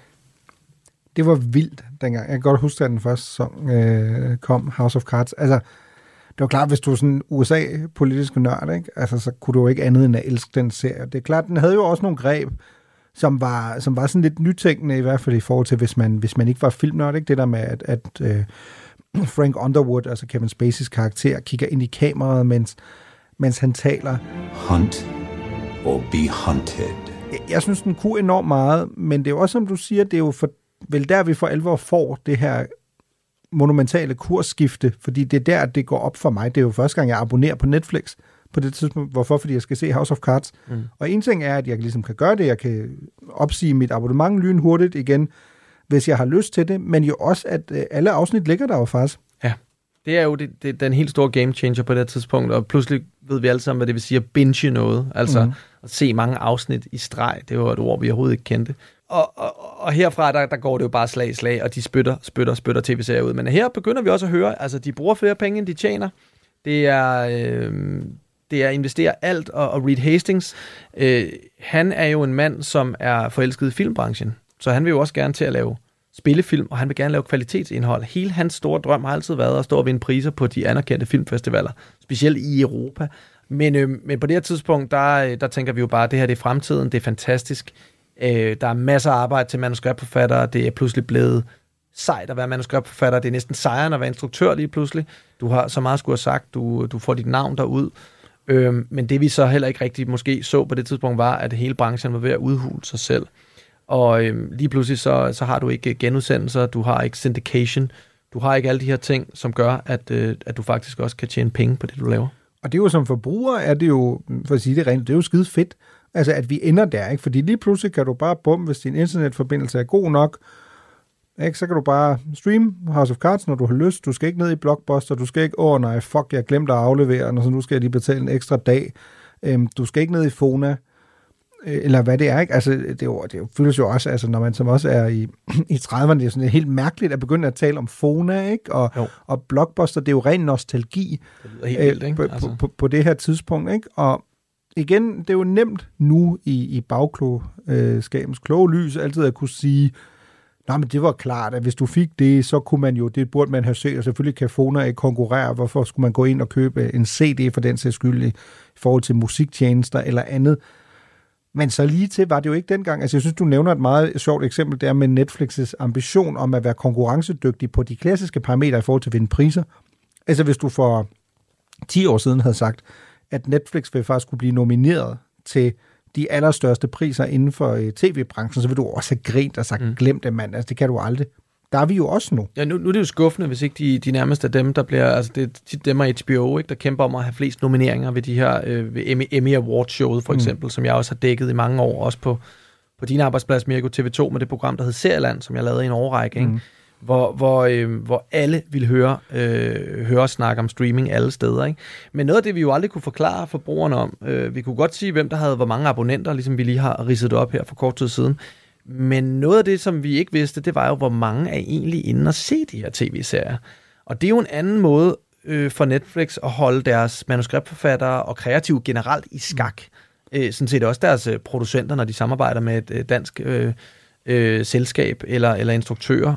Det var vildt dengang. Jeg kan godt huske, at den første sæson øh, kom, House of Cards. Altså, det var klart, hvis du er sådan en U S A-politisk nørd, ikke? Altså, så kunne du jo ikke andet end at elske den serie. Det er klart, den havde jo også nogle greb, som var, som var sådan lidt nytænkende, i hvert fald i forhold til, hvis man, hvis man ikke var filmnørd, ikke? Det der med, at, at øh, Frank Underwood, altså Kevin Spaceys karakter, kigger ind i kameraet, mens, mens han taler. Hunt or be hunted. Jeg, jeg synes, den kunne enormt meget, men det er jo også, som du siger, det er jo for, vel der, vi for alvor får det her monumentale kursskifte, fordi det er der, det går op for mig. Det er jo første gang, jeg abonnerer på Netflix på det tidspunkt. Hvorfor? Fordi jeg skal se House of Cards. Mm. Og en ting er, at jeg ligesom kan gøre det, jeg kan opsige mit abonnement lynhurtigt igen, hvis jeg har lyst til det, men jo også, at alle afsnit ligger der jo faktisk. Ja, det er jo det, det, den helt store game changer på det tidspunkt, og pludselig ved vi alle sammen, hvad det vil sige at binge noget, altså mm. at se mange afsnit i streg. Det var et ord, vi overhovedet ikke kendte. Og, og, og herfra, der, der går det jo bare slag i slag, og de spytter, spytter, spytter tv-serier ud. Men her begynder vi også at høre, altså de bruger flere penge, end de tjener. Det er, øh, det er at investere alt, og, og Reed Hastings, øh, han er jo en mand, som er forelsket i filmbranchen. Så han vil jo også gerne til at lave spillefilm, og han vil gerne lave kvalitetsindhold. Hele hans store drøm har altid været at stå og vinde priser på de anerkendte filmfestivaler, specielt i Europa. Men, øh, men på det her tidspunkt, der, der tænker vi jo bare, at det her det er fremtiden, det er fantastisk. Øh, der er masser af arbejde til manuskriptforfattere, det er pludselig blevet sejt at være manuskriptforfatter, det er næsten sejren at være instruktør lige pludselig. Du har så meget skulle have sagt, du, du får dit navn derud. Øh, men det vi så heller ikke rigtig måske så på det tidspunkt var, at hele branchen var ved at udhule sig selv. Og øh, lige pludselig så, så har du ikke genudsendelser, du har ikke syndication, du har ikke alle de her ting, som gør, at, øh, at du faktisk også kan tjene penge på det, du laver. Og det er jo som forbruger, er det jo, for at sige det rent, det er jo skide fedt, altså at vi ender der, ikke? Fordi lige pludselig kan du bare bum, hvis din internetforbindelse er god nok, ikke? Så kan du bare streame House of Cards, når du har lyst. Du skal ikke ned i Blockbuster, du skal ikke, åh oh, nej, fuck, jeg glemte at aflevere den, og så nu skal jeg lige betale en ekstra dag. Øhm, du skal ikke ned i Fona, eller hvad det er, ikke? Altså, det, er jo, det føles jo også, altså, når man som også er i, i trediverne, det er sådan helt mærkeligt at begynde at tale om Fona, ikke? Og, og Blockbuster, det er jo ren nostalgi. Det lyder helt vildt, ikke? Altså. På, på, på det her tidspunkt, ikke? Og igen, det er jo nemt nu i, i bagklogskabens kloge lys altid at kunne sige, nej, men det var klart, at hvis du fik det, så kunne man jo, det burde man have set, og selvfølgelig kan Fona ikke konkurrere. Hvorfor skulle man gå ind og købe en C D for den sags skyld i forhold til musiktjenester eller andet? Men så lige til var det jo ikke dengang. Altså jeg synes, du nævner et meget sjovt eksempel, der med Netflix's ambition om at være konkurrencedygtig på de klassiske parametre i forhold til at vinde priser. Altså hvis du for ti år siden havde sagt, at Netflix vil faktisk kunne blive nomineret til de allerstørste priser inden for tv-branchen, så vil du også have grint og sagt, mm. glem det, mand. Altså det kan du aldrig. Der er vi jo også nu. Ja, nu, nu er det jo skuffende, hvis ikke de, de nærmest er dem, der bliver, altså det er tit dem og H B O, ikke, der kæmper om at have flest nomineringer ved de her, øh, ved Emmy, Emmy Awards-showet for eksempel, mm. som jeg også har dækket i mange år, også på, på din arbejdsplads, Mirko, T V to, med det program, der hed Serieland, som jeg lavede i en årrække, ikke? Mm. Hvor, hvor, øh, hvor alle ville høre, øh, høre os snakke om streaming alle steder, ikke? Men noget af det, vi jo aldrig kunne forklare forbrugerne om, øh, vi kunne godt sige, hvem der havde hvor mange abonnenter, ligesom vi lige har ridset op her for kort tid siden. Men noget af det, som vi ikke vidste, det var jo, hvor mange er egentlig inde og se de her tv-serier. Og det er jo en anden måde øh, for Netflix at holde deres manuskriptforfattere og kreative generelt i skak. Mm. Øh, sådan set også deres øh, producenter, når de samarbejder med et øh, dansk øh, øh, selskab eller, eller instruktører.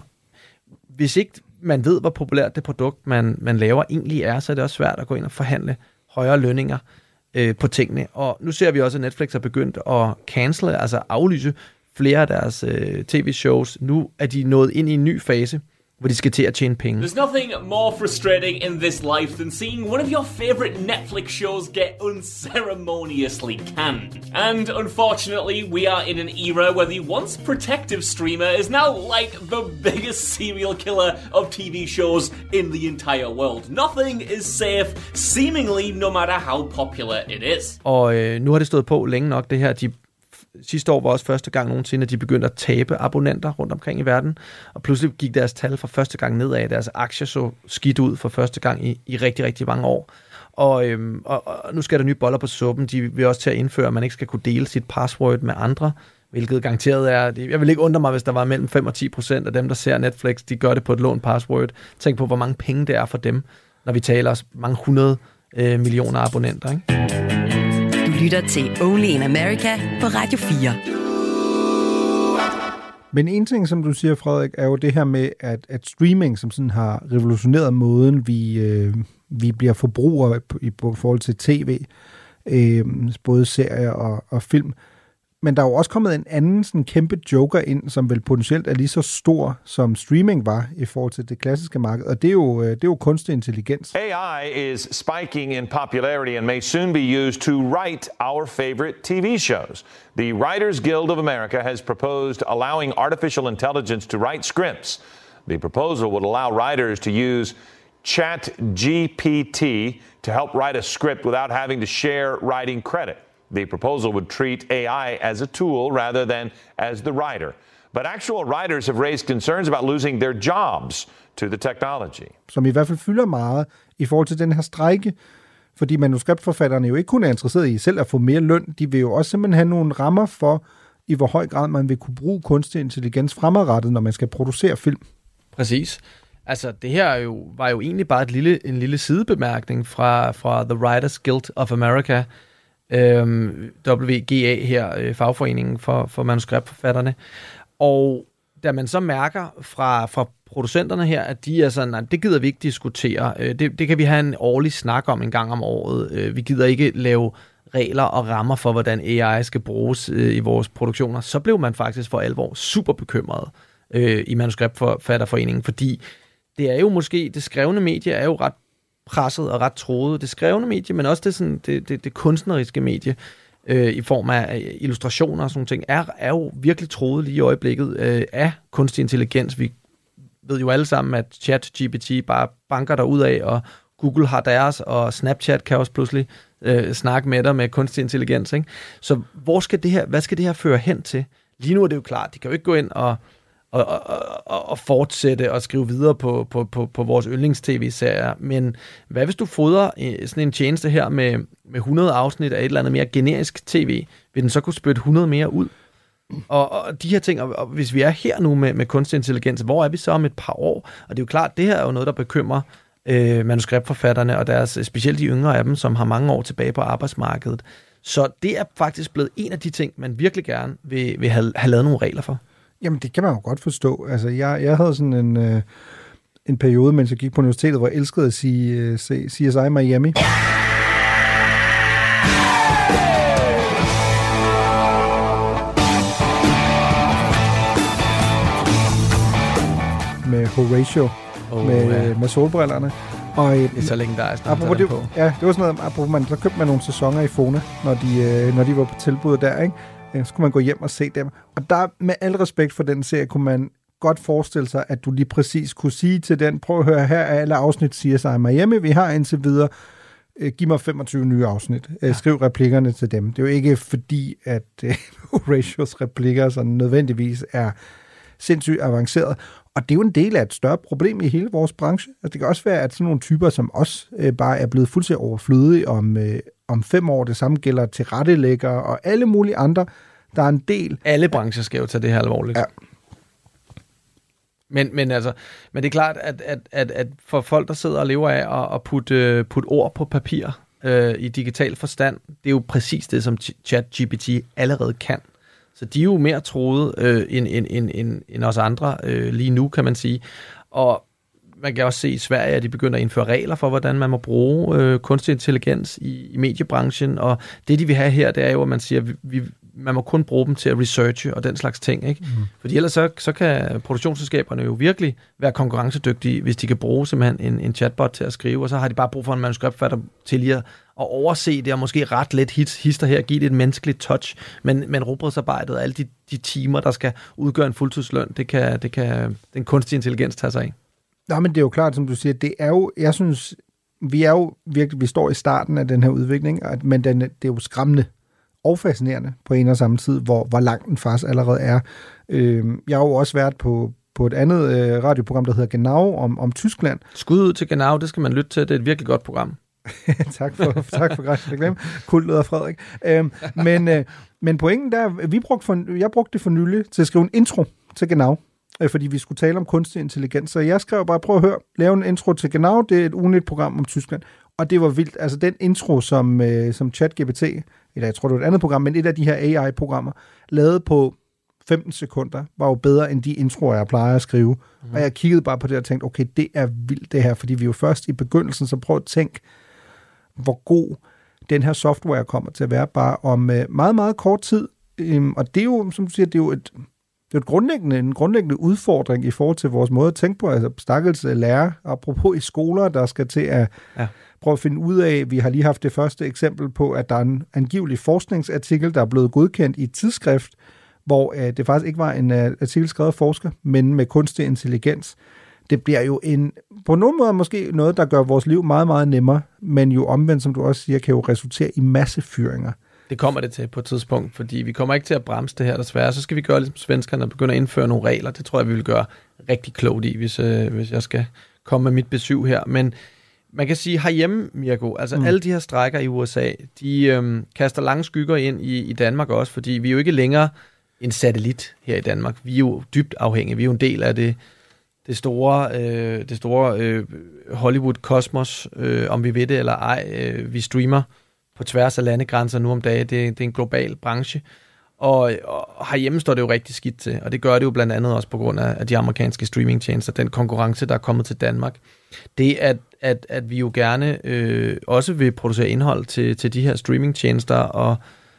Hvis ikke man ved, hvor populært det produkt, man, man laver egentlig er, så er det også svært at gå ind og forhandle højere lønninger. øh, på tingene. Og nu ser vi også, at Netflix har begyndt at cancele, altså aflyse flere af deres øh, tv-shows. Nu er de nået ind i en ny fase, hvor de skal til at tjene penge. There's nothing more frustrating in this life than seeing one of your favorite Netflix shows get unceremoniously canned. And unfortunately, we are in an era where the once protective streamer is now like the biggest serial killer of T V shows in the entire world. Nothing is safe, seemingly, no matter how popular it is. Og øh, nu har det stået på længe nok, det her. De Sidste år var også første gang nogensinde, at de begyndte at tabe abonnenter rundt omkring i verden, og pludselig gik deres tal for første gang nedad. Deres aktier så skidt ud for første gang i, i rigtig, rigtig mange år. Og, øhm, og, og nu skal der nye boller på suppen. De vil også til at indføre, at man ikke skal kunne dele sit password med andre, hvilket garanteret er... Jeg vil ikke undre mig, hvis der var mellem fem og ti procent af dem, der ser Netflix, de gør det på et lånt password. Tænk på, hvor mange penge det er for dem, når vi taler os mange hundrede øh, millioner abonnenter, ikke? Du lytter til Only in America på Radio fire. Men en ting, som du siger, Frederik, er jo det her med, at, at streaming, som sådan har revolutioneret måden, vi, øh, vi bliver forbrugere i, i forhold til tv, øh, både serier og, og film. Men der er jo også kommet en anden sådan kæmpe joker ind, som vel potentielt er lige så stor, som streaming var i forhold til det klassiske marked, og det er jo, det er jo kunstig intelligens. A I is spiking in popularity and may soon be used to write our favorite T V shows. The Writers Guild of America has proposed allowing artificial intelligence to write scripts. The proposal would allow writers to use Chat G P T to help write a script without having to share writing credit. The proposal would treat A I as a tool rather than as the writer. But actual writers have raised concerns about losing their jobs to the technology. Som i hvert fald fylder meget i forhold til den her strejke, fordi manuskriptforfatterne jo ikke kun er interesseret i selv at få mere løn, de vil jo også simpelthen have nogle rammer for, i hvor høj grad man vil kunne bruge kunstig intelligens fremadrettet, når man skal producere film. Præcis. Altså, det her er jo, var jo egentlig bare et lille, en lille sidebemærkning fra, fra The Writers Guild of America, Øhm, W G A her, øh, fagforeningen for, for manuskriptforfatterne. Og da man så mærker fra, fra producenterne her, at de er sådan, nej, det gider vi ikke diskutere. Øh, det, det kan vi have en årlig snak om en gang om året. Øh, vi gider ikke lave regler og rammer for, hvordan A I skal bruges øh, i vores produktioner. Så blev man faktisk for alvor super bekymret øh, i manuskriptforfatterforeningen, fordi det er jo måske, det skrevne medie er jo ret presset og ret troet. Det skrevne medie, men også det, sådan, det, det, det kunstneriske medie øh, i form af illustrationer og sådan ting, er, er jo virkelig troet lige i øjeblikket øh, af kunstig intelligens. Vi ved jo alle sammen, at Chat G P T bare banker der ud af, og Google har deres, og Snapchat kan også pludselig øh, snakke med dig med kunstig intelligens. Ikke? Så hvor skal det her, hvad skal det her føre hen til? Lige nu er det jo klart, de kan jo ikke gå ind og Og, og, og fortsætte og skrive videre på, på, på, på vores yndlings-tv-serier. Men hvad hvis du fodrer sådan en tjeneste her med, med hundrede afsnit af et eller andet mere generisk tv? Vil den så kunne spytte hundrede mere ud? Og, og de her ting, og, og hvis vi er her nu med, med kunstig intelligens, hvor er vi så om et par år? Og det er jo klart, det her er jo noget, der bekymrer øh, manuskriptforfatterne, og deres, specielt de yngre af dem, som har mange år tilbage på arbejdsmarkedet. Så det er faktisk blevet en af de ting, man virkelig gerne vil, vil have, have lavet nogle regler for. Jamen, det kan man jo godt forstå. Altså, jeg, jeg havde sådan en, øh, en periode, mens jeg gik på universitetet, hvor jeg elskede at sige øh, C S I Miami. Med Horatio, oh, med, ja. med solbrillerne. Og, det er så længe, der er snart det, på. Ja, det var sådan noget, apropos man, der købte man nogle sæsoner i Fona, når de, øh, når de var på tilbud der, ikke? Så kunne man gå hjem og se dem. Og der, med al respekt for den serie, kunne man godt forestille sig, at du lige præcis kunne sige til den, prøv at høre, her er alle afsnit C S I Miami, vi har indtil videre, giv mig femogtyve nye afsnit. Ja. Skriv replikkerne til dem. Det er jo ikke fordi, at uh, Horatios replikker sådan nødvendigvis er sindssygt avanceret. Og det er jo en del af et større problem i hele vores branche. Altså, det kan også være, at sådan nogle typer som os uh, bare er blevet fuldstændig overflødige om... Uh, om fem år. Det samme gælder tilrettelæggere og alle mulige andre. Der er en del... Alle brancher skal jo tage det her alvorligt. Ja. Men, men, altså, men det er klart, at, at, at, at for folk, der sidder og lever af at, at putte, putte ord på papir øh, i digital forstand, det er jo præcis det, som Chat G P T allerede kan. Så de er jo mere troede øh, end, end, end, end, end os andre øh, lige nu, kan man sige. Og man kan også se i Sverige, at de begynder at indføre regler for, hvordan man må bruge øh, kunstig intelligens i, i mediebranchen, og det, de vil have her, det er jo, at man siger, at vi, man må kun bruge dem til at researche og den slags ting, ikke? Mm. Fordi ellers så, så kan produktionsselskaberne jo virkelig være konkurrencedygtige, hvis de kan bruge simpelthen en, en chatbot til at skrive, og så har de bare brug for en manuskriptforfatter til lige at, at overse det, og måske ret lidt hits, hister her, give det et menneskeligt touch, men, men rugbrødsarbejdet og alle de, de timer, der skal udgøre en fuldtidsløn, det kan, det kan den kunstige intelligens tage sig af. Nej, men det er jo klart, som du siger, det er jo, jeg synes, vi er jo virkelig, vi står i starten af den her udvikling, men den, det er jo skræmmende og fascinerende på en og samme tid, hvor, hvor langt den faktisk allerede er. Øh, jeg har jo også været på, på et andet øh, radioprogram, der hedder Genau, om, om Tyskland. Skud ud til Genau, det skal man lytte til, det er et virkelig godt program. tak for, tak for gratis reklame. Kult lyder Frederik. Øh, men, øh, men pointen der, vi brugte for, jeg brugte det for nylig til at skrive en intro til Genau, øh, fordi vi skulle tale om kunstig intelligens. Så jeg skrev bare, prøv at høre, lave en intro til Genau, det er et ugenligt program om Tyskland. Og det var vildt. Altså den intro, som, øh, som ChatGPT, eller jeg tror, det var et andet program, men et af de her A I-programmer, lavet på femten sekunder, var jo bedre end de introer, jeg plejer at skrive. Mm. Og jeg kiggede bare på det og tænkte, okay, det er vildt det her, fordi vi er jo først i begyndelsen, så prøv at tænke, hvor god den her software kommer til at være bare om øh, meget, meget kort tid. Øhm, og det er jo, som du siger, det er jo et, det er et grundlæggende, en grundlæggende udfordring i forhold til vores måde at tænke på. Altså stakkels lærer, apropos i skoler, der skal til at ja. prøve at finde ud af, vi har lige haft det første eksempel på, at der er en angivelig forskningsartikel, der er blevet godkendt i et tidsskrift, hvor øh, det faktisk ikke var en uh, artikel skrevet af forsker, men med kunstig intelligens. Det bliver jo en, på nogen måde måske noget, der gør vores liv meget, meget nemmere, men jo omvendt, som du også siger, kan jo resultere i masse fyringer. Det kommer det til på et tidspunkt, fordi vi kommer ikke til at bremse det her desværre. Så skal vi gøre ligesom svenskerne og begynde at indføre nogle regler. Det tror jeg, vi vil gøre rigtig klogt i, hvis, øh, hvis jeg skal komme med mit besøg her. Men man kan sige herhjemme, Mirko, altså mm. alle de her strejker i U S A, de øh, kaster lange skygger ind i, i Danmark også, fordi vi er jo ikke længere en satellit her i Danmark. Vi er jo dybt afhængige. Vi er jo en del af det, det store, øh, det store øh, Hollywood-kosmos, øh, om vi ved det eller ej. Øh, vi streamer på tværs af landegrænser nu om dagen. Det, det er en global branche. Og, og herhjemme står det jo rigtig skidt til, og det gør det jo blandt andet også på grund af, af de amerikanske streamingtjenester, den konkurrence, der er kommet til Danmark. Det, at, at, at vi jo gerne øh, også vil producere indhold til, til de her streamingtjenester, og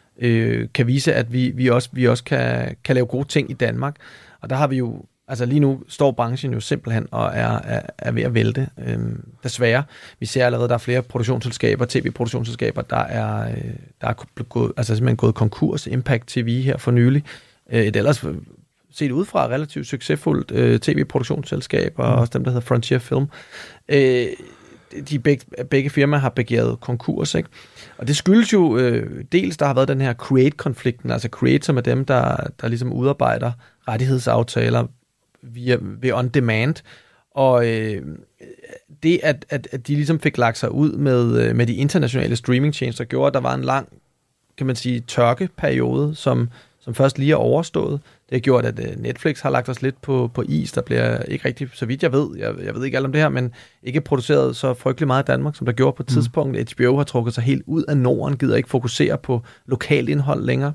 øh, kan vise, at vi, vi også, vi også kan, kan lave gode ting i Danmark. Og der har vi jo, altså lige nu står branchen jo simpelthen og er, er, er ved at vælte, øh, desværre. Vi ser allerede, at der er flere produktionsselskaber, tv-produktionsselskaber, der er, øh, der er gået, altså simpelthen gået konkurs. Impact T V her for nylig. Øh, et ellers set udefra relativt succesfuldt øh, tv-produktionsselskab, og mm. også dem, der hedder Frontier Film. Øh, de begge, begge firmaer har begæret konkurs, ikke? Og det skyldes jo øh, dels, der har været den her Create-konflikten, altså Create, som er dem, der, der ligesom udarbejder rettighedsaftaler via, ved on demand, og øh, det, at, at, at de ligesom fik lagt sig ud med, med de internationale streamingtjenester, gjorde, at der var en lang, kan man sige, tørkeperiode, som, som først lige er overstået. Det har gjort, at Netflix har lagt os lidt på, på is. Der bliver ikke rigtig, så vidt jeg ved, jeg, jeg ved ikke alt om det her, men ikke produceret så frygtelig meget i Danmark, som der gjorde på et mm. tidspunkt. H B O har trukket sig helt ud af Norden, gider ikke fokusere på lokalt indhold længere.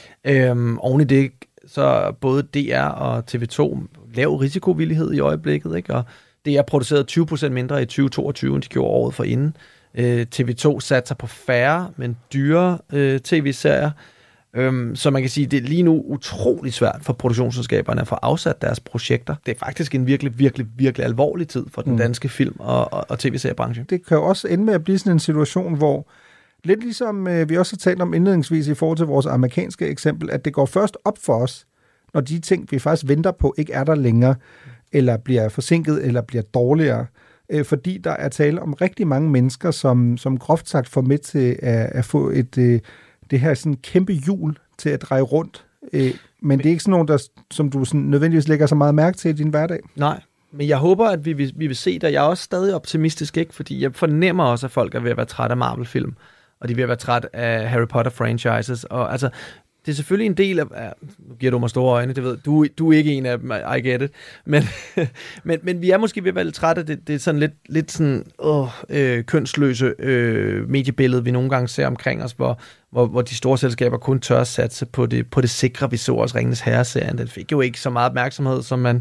Øhm, oven i det, så både D R og T V to lav risikovillighed i øjeblikket, ikke? Og D R produceret tyve procent mindre i tyve toogtyve, end de gjorde året forinden. Øh, T V to satte sig på færre, men dyre øh, tv-serier. Øhm, så man kan sige, at det er lige nu utrolig svært for produktionsselskaberne at få afsat deres projekter. Det er faktisk en virkelig, virkelig, virkelig alvorlig tid for den mm. danske film- og, og, og tv-seriebranche. Det kan jo også ende med at blive sådan en situation, hvor lidt ligesom øh, vi også har talt om indledningsvis i forhold til vores amerikanske eksempel, at det går først op for os, når de ting, vi faktisk venter på, ikke er der længere, eller bliver forsinket, eller bliver dårligere. Øh, fordi der er tale om rigtig mange mennesker, som, som groft sagt får med til at, at få et... Øh, det her sådan kæmpe hjul til at dreje rundt. Øh, men det er ikke sådan nogen, der, som du sådan nødvendigvis lægger så meget mærke til i din hverdag. Nej, men jeg håber, at vi, vi, vi vil se det. Jeg er også stadig optimistisk, ikke? Fordi jeg fornemmer også, at folk er ved at være træt af Marvel-film, og de er ved at være træt af Harry Potter-franchises. Og altså, det er selvfølgelig en del af... Ja, nu giver du mig store øjne, det ved du. Du er ikke en af dem, I get it. Men, men, men vi er måske ved at være lidt trætte af det. Det er sådan lidt, lidt sådan åh, øh, kønsløse øh, mediebillede, vi nogle gange ser omkring os, hvor, hvor, hvor de store selskaber kun tør at satse på det, på det sikre. Vi så også Ringenes Herre-serien. Den fik jo ikke så meget opmærksomhed, som man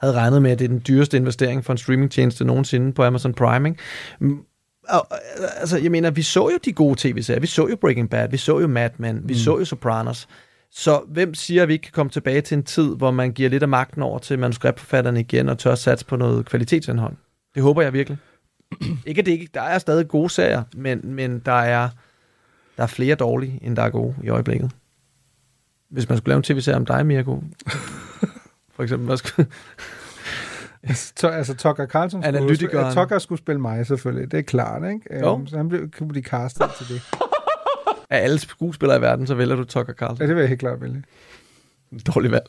havde regnet med, at det er den dyreste investering for en streamingtjeneste nogensinde på Amazon Prime. Ikke? Og, altså, jeg mener, vi så jo de gode tv-serier. Vi så jo Breaking Bad, vi så jo Mad Men, vi mm. så jo Sopranos. Så hvem siger, at vi ikke kan komme tilbage til en tid, hvor man giver lidt af magten over til manuskriptforfatterne igen og tør satse på noget kvalitetsindhold? Det håber jeg virkelig. Ikke at det ikke, der er stadig gode serier, men, men der, er, der er flere dårlige, end der er gode i øjeblikket. Hvis man skulle lave en tv-serie om dig, Mirko, for eksempel, hvad skulle... altså, altså Tucker Carlson skulle, Tucker skulle spille mig selvfølgelig, det er klart, ikke? Jo. Um, så han blev, kunne blive castet til det. Af alle skuespillere i verden, så vælger du Tucker Carlson. Ja, det vil jeg helt klart vælge. Dårlig valg.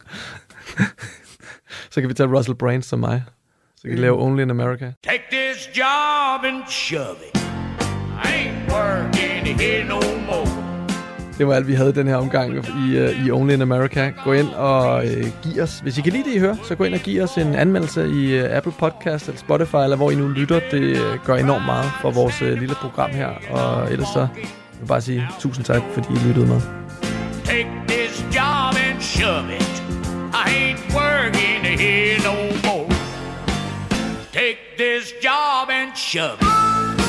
Så kan vi tage Russell Brand som mig. Så kan vi lave Only in America. Take this job and shove it. I ain't working here no more. Det var alt, vi havde den her omgang i, uh, i Only in America. Gå ind og uh, giv os, hvis I kan lide det, I hører, så gå ind og giv os en anmeldelse i uh, Apple Podcast eller Spotify, eller hvor I nu lytter. Det uh, gør enormt meget for vores uh, lille program her. Og ellers så jeg vil bare sige tusind tak, fordi I lyttede med. Take this job and shove it. I ain't working here no more. Take this job and shove it.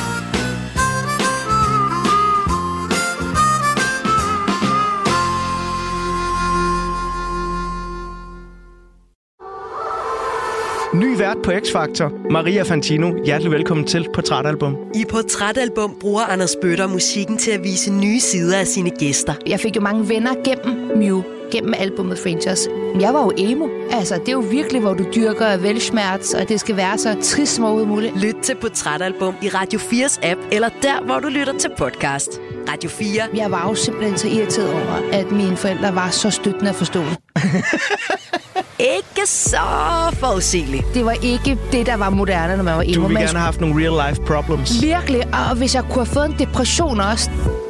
Ny vært på X-Factor, Maria Fantino. Hjertelig velkommen til Portrætalbum. I Portrætalbum bruger Anders Bøtter musikken til at vise nye sider af sine gæster. Jeg fik jo mange venner gennem Mew, gennem albumet Frangers. Jeg var jo emo. Altså, det er jo virkelig, hvor du dyrker velsmerts, og det skal være så trist som overhovedet muligt. Lyt til Portrætalbum i Radio fires app, eller der, hvor du lytter til podcast. Radio fire. Jeg var jo simpelthen så irriteret over, at mine forældre var så støttende at forstå det. Ikke så forudsigeligt. Det var ikke det, der var moderne, når man var emo. Du ville gerne have haft nogle real life problems. Virkelig, og hvis jeg kunne have fået en depression også...